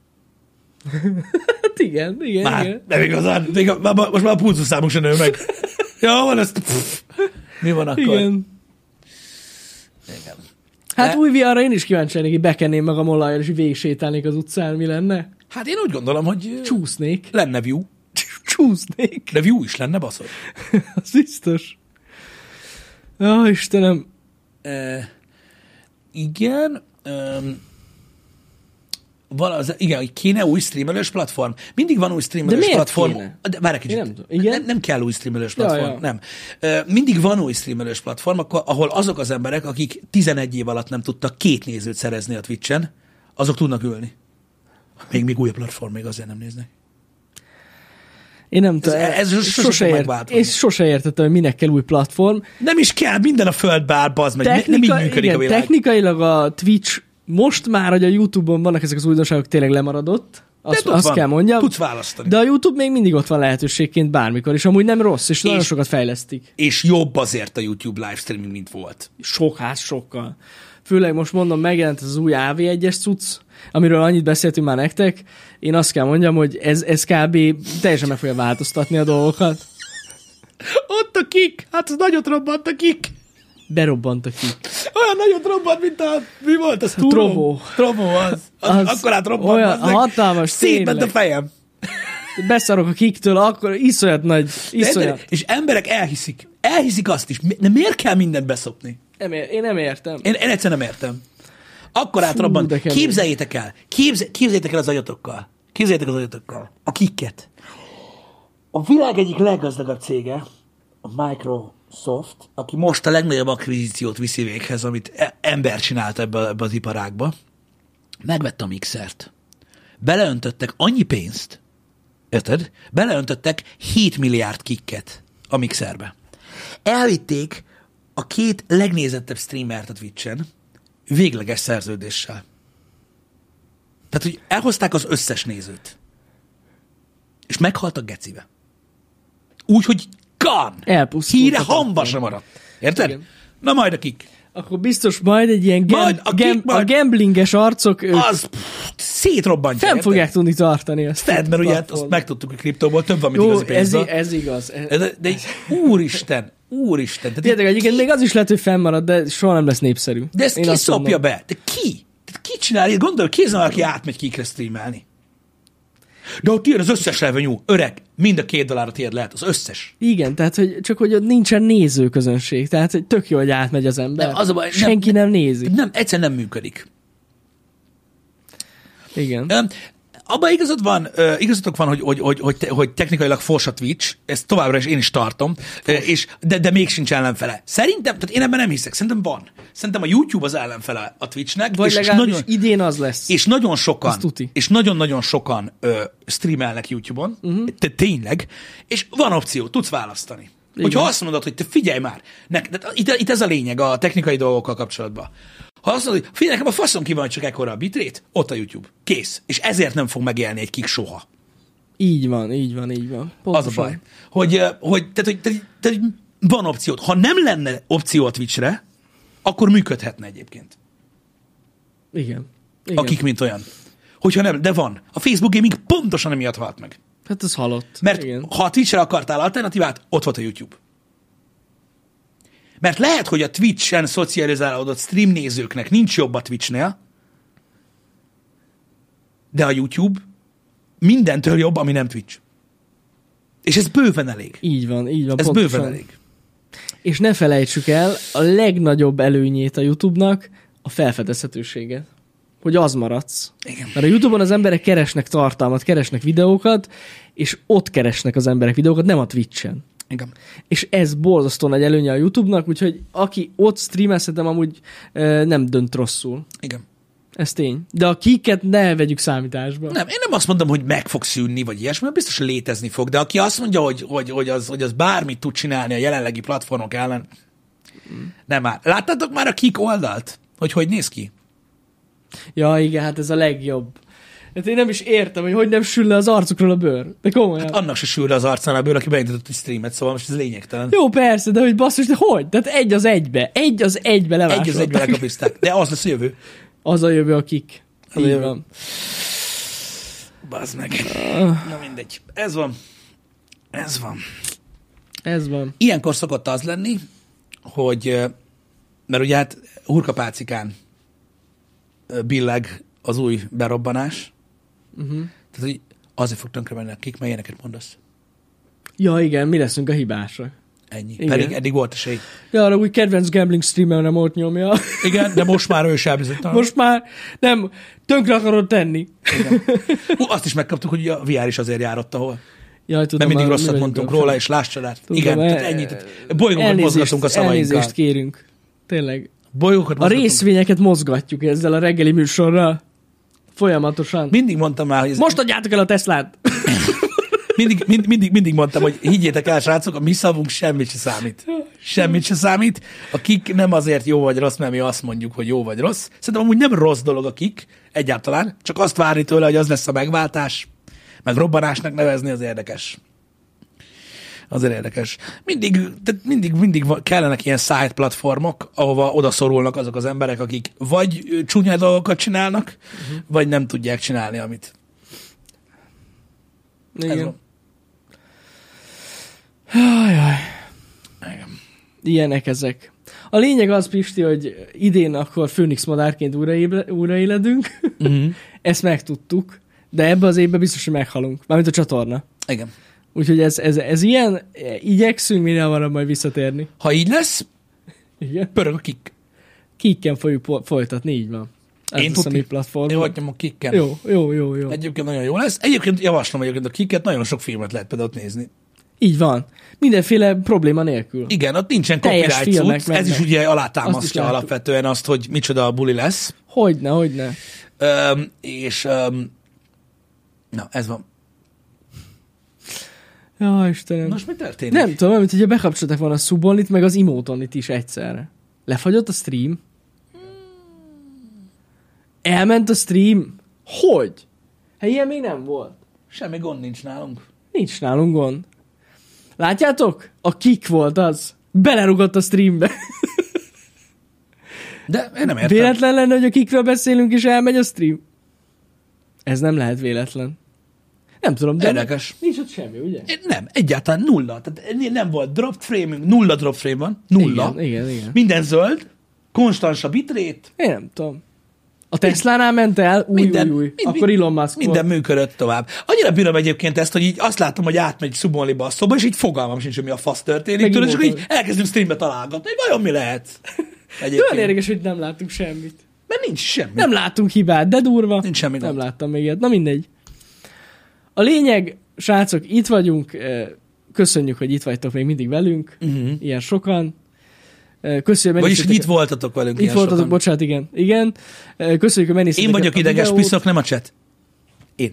Hát igen. Már, nem igazán. Most már a pulzuszámunk sem nő meg. Jó, van ezt. Mi van akkor? Igen. Hát új VR-ra én is kíváncsi lennék, hogy bekenném magam olajjal, és végig sétálnék az utcán, mi lenne? Hát én úgy gondolom, hogy Csúsznék. lenne view. Csúsznék. De view is lenne, baszod. Az biztos. Ó, Istenem. Igen. Igen, hogy kéne új streamelős platform. Mindig van új streamelős platform. Kéne? De várj egy kicsit. Igen? Nem kell új streamelős platform. Ja. Nem. Mindig van új streamelős platform, ahol azok az emberek, akik 11 év alatt nem tudtak 2 nézőt szerezni a Twitch-en, azok tudnak ülni. Még új platform, még azért nem néznek. Én nem tudom. Ez sose értettem, hogy minek kell új platform. Nem is kell, minden a földbe áll, bazd meg. Nem így működik igen, a világ. Technikailag a Twitch most már, hogy a YouTube-on vannak ezek az újdonságok, tényleg lemaradott. Azt kell mondjam. Tudsz választani. De a YouTube még mindig ott van lehetőségként bármikor, és amúgy nem rossz, és nagyon sokat fejlesztik. És jobb azért a YouTube livestreaming, mint volt. Sokkal. Főleg most mondom, megjelent az új AV1-es cucc, amiről annyit beszéltünk már nektek. Én azt kell mondjam, hogy ez kb. Teljesen meg fogja változtatni a dolgokat. Ott a kik! Hát az nagyot robbant a kik! Berobbant a kik. Olyan nagyot robbant, mint mi volt az? Trovo. Trovo az. Akkor át robbant. Olyan hatalmas, szétment a fejem. Beszarok a kiktől, akkor iszonyat nagy. És emberek elhiszik. Elhiszik azt is. De miért kell mindent beszopni? Én nem értem. Én egyszerűen nem értem. Akkor átrobbant. Képzeljétek el. Képzeljétek el az agyatokkal. Képzeljétek az agyatokkal. A kikket. A világ egyik leggazdagabb cége, a Microsoft, aki most a legnagyobb akvizíciót viszi véghez, amit ember csinált ebbe az iparágba, megvette a mixert. Beleöntöttek annyi pénzt, érted? Beleöntöttek 7 milliárd kikket a mixerbe. Elvitték a 2 legnézettebb streamert a Twitch-en végleges szerződéssel. Tehát, hogy elhozták az összes nézőt. És meghaltak gecibe. Úgy, hogy híre hamba sem maradt. Érted? Igen. Na majd a kik. Akkor biztos majd egy ilyen a gamblinges arcok szétrobbantja. Nem fogják tudni tartani azt. Mert ugye azt megtudtuk, hogy kriptóból több van, mint igazi pénzből. Ez igaz. De úristen. Tényleg, egyébként még az is lehet, hogy fennmarad, de soha nem lesz népszerű. De ezt ki szopja be? De ki? Ki csinálja? Gondolj, kézzel, aki átmegy kikre streamelni. De ott jön az összes revenue, öreg, mind a $2 tiéd lehet, az összes. Igen, tehát hogy csak hogy ott nincsen nézőközönség, tehát hogy tök jó, hogy átmegy az ember. Nem, az a baj, senki nem nézi. Nem, egyszerűen nem működik. Igen. Abban igazatok van, hogy technikailag fors a Twitch, ezt továbbra is én is tartom, de még sincs ellenfele. Szerintem, tehát én ebben nem hiszek, szerintem van. Szerintem a YouTube az ellenfele a Twitchnek. Vagy legalábbis idén az lesz. És nagyon sokan streamelnek YouTube-on, tényleg, és van opció, tudsz választani. Igen. Hogyha azt mondod, hogy te figyelj már, itt ez a lényeg a technikai dolgokkal kapcsolatban. Ha azt mondod, hogy figyelj, nekem a faszom ki van, hogy csak ekkora a bitrate, ott a YouTube. Kész. És ezért nem fog megélni egy kik soha. Így van. Pontosan. Az a baj. Tehát van opciót. Ha nem lenne opció a Twitchre, akkor működhetne egyébként. Igen. A kik mint olyan. Hogyha nem, de van. A Facebook Gaming pontosan emiatt halt meg. Hát ez halott. Mert ha a Twitchre akartál alternatívát, ott volt a YouTube. Mert lehet, hogy a Twitch-en szocializálódott stream nézőknek nincs jobb a Twitchnél, de a YouTube mindentől jobb, ami nem Twitch. És ez bőven elég. Így van. Ez pontosan. bőven elég. És ne felejtsük el, a legnagyobb előnyét a YouTube-nak a felfedezhetősége. Hogy az maradsz. Igen. Mert a YouTube-on az emberek keresnek tartalmat, keresnek videókat, és ott keresnek az emberek videókat, nem a Twitch-en. Igen. És ez borzasztó nagy előnye a YouTube-nak, úgyhogy aki ott streamel, szerintem amúgy nem dönt rosszul. Igen. Ez tény. De a kiket ne vegyük számításba. Nem, én nem azt mondom, hogy meg fog szűnni, vagy ilyesmi, mert biztos létezni fog, de aki azt mondja, hogy az bármit tud csinálni a jelenlegi platformok ellen, nem már. Láttátok már a kik oldalt? Hogy néz ki? Ja, igen, hát ez a legjobb. Hát én nem is értem, hogy nem sül le az arcukról a bőr. De komolyan. Hát annak se sül le az arcán a bőr, aki beindított egy streamet, szóval most ez lényegtelen. Jó, persze, de hogy basszus, de hogy? Tehát egy az egybe levásolták. Egy az egybe lekapizták. De az lesz a jövő. Az a jövő, akik. Az a Így jövő. van. Bazd meg. Na mindegy. Ez van. Ez van. Ilyenkor szokott az lenni, hogy, mert ugye hát hurkapálcikán billeg az új berobbanás. Tehát, hogy azért fog tönkre menni a kik, mert ilyeneket mondasz. Ja, igen, mi leszünk a hibásra. Ennyi. Igen. Pedig eddig volt esély. Ja, arra új kedvenc gambling streamerem ott nyomja. Igen, de most már ő sem bizonytalan. Most már nem, tönkre akarod tenni. Igen. Azt is megkaptuk, hogy a VR is azért járott, ahol. Jaj, tudom, Mert mindig mi rosszat vagyunk mondtunk rossz. róla, és láss csodát. Tudom, Igen, tehát ennyit. Bolygókat mozgatunk a szavainkkal. Elnézést kérünk. Tényleg. Bolygókat A mozgatunk. részvényeket mozgatjuk ezzel a reggeli műsorral. Folyamatosan. Mindig mondtam már, hogy ez Most adjátok el a Teslát! mindig mondtam, hogy higgyétek el, srácok, a mi szavunk semmit se számít. Semmit se számít. A kik nem azért jó vagy rossz, mert mi azt mondjuk, hogy jó vagy rossz. Szerintem amúgy nem rossz dolog a kik, egyáltalán. Csak azt várni tőle, hogy az lesz a megváltás. Meg robbanásnak nevezni, az érdekes. Azért érdekes. Mindig kellenek ilyen side platformok, ahova odaszorulnak azok az emberek, akik vagy csúnya dolgokat csinálnak, vagy nem tudják csinálni, amit. Igen. Jaj. Igen. Ilyenek ezek. A lényeg az, Pisti, hogy idén akkor Főnix madárként újraéledünk. Ezt megtudtuk, de ebbe az évben biztos, hogy meghalunk. Mármint a csatorna. Igen. Úgyhogy ez ilyen, igyekszünk minél hamarabb majd visszatérni. Ha így lesz, Igen. pörög a kik. Kikken fogjuk folytatni, így van. Ez Én lesz a mi tudni. platform. Jó, hagyjam a kikken. Jó. Egyébként nagyon jó lesz. Egyébként javaslom egyébként a kiket, nagyon sok filmet lehet például ott nézni. Így van. Mindenféle probléma nélkül. Igen, ott nincsen Teljes copyright filmek cucc, ez is mennek. ugye Azt is alátámasztja láttuk. alapvetően azt, hogy micsoda a buli lesz. Hogyne. És na, ez van. Ja, Istenem. Most mi történik? Nem tudom, mint hogyha bekapcsoltak volna a Subonit, meg az Emotonit is egyszerre. Lefagyott a stream? Elment a stream? Hogy? Hát ilyen még nem volt. Semmi gond nincs nálunk. Nincs nálunk gond. Látjátok? A kick volt az. Belerugott a streambe. De én nem értem. Véletlen lenne, hogy a kickről beszélünk, és elmegy a stream? Ez nem lehet véletlen. Nem tudom, de Érdekes. nincs ott semmi, ugye? Nem, egyáltalán nulla. Tehát nem volt drop frame, nulla drop frame van. Nulla. Igen. Minden zöld, konstans a bitrate, Én nem tudom. A Teslánál ment el? Új. Akkor Elon Musk minden volt. működött tovább. Annyira bírom egyébként ezt, hogy így azt látom, hogy átmegy Subonliba a szoba, és így fogalmam sincs, hogy mi a fasz történik. Meg Tudod, és akkor így imóton. elkezdünk streambe találgatni, hogy vajon mi lehet. De olyan Egyébként. érdekes, hogy nem láttunk semmit. Mert nincs semmi. Nem láttunk hibát, de durva. Nincs semmi Nem gond. láttam még ilyet. Na mindegy. A lényeg, srácok, itt vagyunk. Köszönjük, hogy itt vagytok még mindig velünk. Ilyen sokan. Köszönjük, Vagyis, hogy itt voltatok velünk Itt ilyen voltatok, sokan. bocsánat, igen. Köszönjük, hogy megnéztétek Én vagyok a ideges videót. piszok, nem a chat. Én.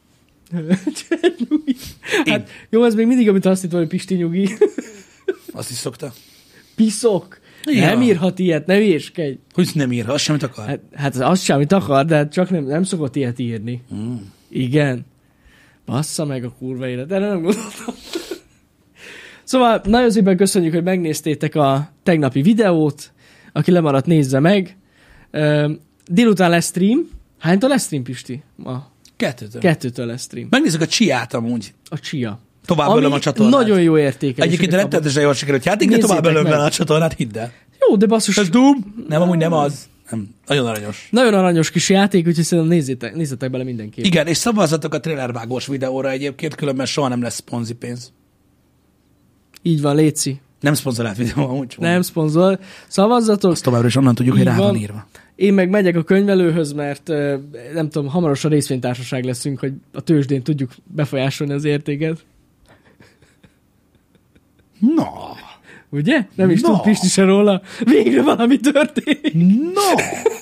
Hát, jó, ez még mindig, amit azt hittem, hogy Pisti nyugi. Azt is szokta. Piszok. Ja. Nem írhat ilyet, ne hülyéskedj. Hogy nem írha, azt semmit akar. Hát az sem, amit akar, de hát csak nem szokott ilyet írni. Igen. Bassza meg a kurva élet. Erre nem gondoltam. Szóval nagyon szépen köszönjük, hogy megnéztétek a tegnapi videót. Aki lemaradt, nézze meg. Délután lesz stream. Hánytól lesz stream, Pisti? Ma 2-től lesz stream. Megnézzük a csiát amúgy. A Chia. Tovább Ami ölöm a csatornát. nagyon jó értékelés. Egyébként rettenetesen jól sikerült játék, de Nézzétek tovább ölöm meg. vele a csatornát, hidd el. Jó, de basszus. Ez Doom? Nem, amúgy nem az. Nem. Nagyon aranyos. Nagyon aranyos kis játék, úgyhogy szerintem nézzetek bele mindenképp. Igen, és szavazzatok a trailervágós videóra egyébként, különben soha nem lesz szponzi pénz. Így van, léci. Nem szponzorált videó, amúgy. Nem szponzor. Szavazzatok. Azt továbbra is onnan tudjuk, hogy Így rá van van. írva. Én meg megyek a könyvelőhöz, mert nem tudom, hamarosan részvénytársaság leszünk, hogy a tőzsdén tudjuk befolyásolni az értéket. Na, Ugye? Nem is Na. tud Pisti se róla. Végre valami történik. na,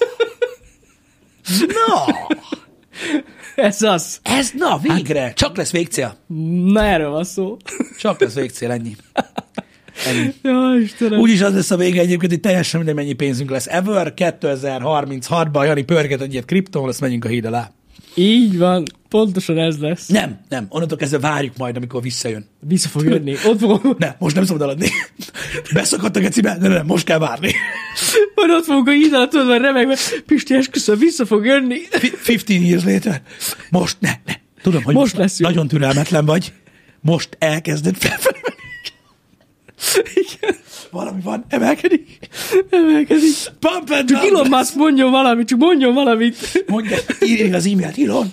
na. Ez az. Ez, na, végre. Csak lesz végcél. Na, erről van szó. Csak lesz végcél, ennyi. Ennyi. Ja, Istenem. Úgyis az lesz a vége egyébként, hogy teljesen mindegy, mennyi pénzünk lesz. Ever 2036-ban Jani pörget egy ilyet kripton, azt menjünk a híd alá. Így van, pontosan ez lesz. Nem, onnantól kezdve várjuk majd, amikor visszajön. Vissza fog jönni. Ott fogom. Ne, most nem szabad eladni. Beszakadt a gecibe, nem, most kell várni. Majd ott fogok a híd alatt, tudod, remegve. Pisti, esküszöm, vissza fog jönni. 15 years later. Most, ne. Tudom, hogy most lesz jó. Nagyon türelmetlen vagy. Most elkezded felfelé. Igen. Valami van, emelkedik. Pump and Csak Elon Musk mondjon valamit, Mondja, írj az e-mailt, Elon.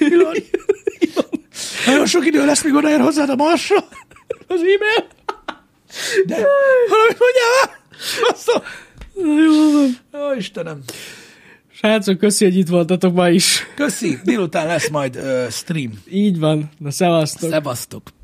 Nagyon sok idő lesz, míg odaér hozzád a Marsra. Az e-mail. De valamit mondjál már. Basszom. Jó van. Ó, Istenem. Srácok, köszi, hogy itt voltatok ma is. Köszi, délután lesz majd stream. Így van. Na, szevasztok. Szevasztok.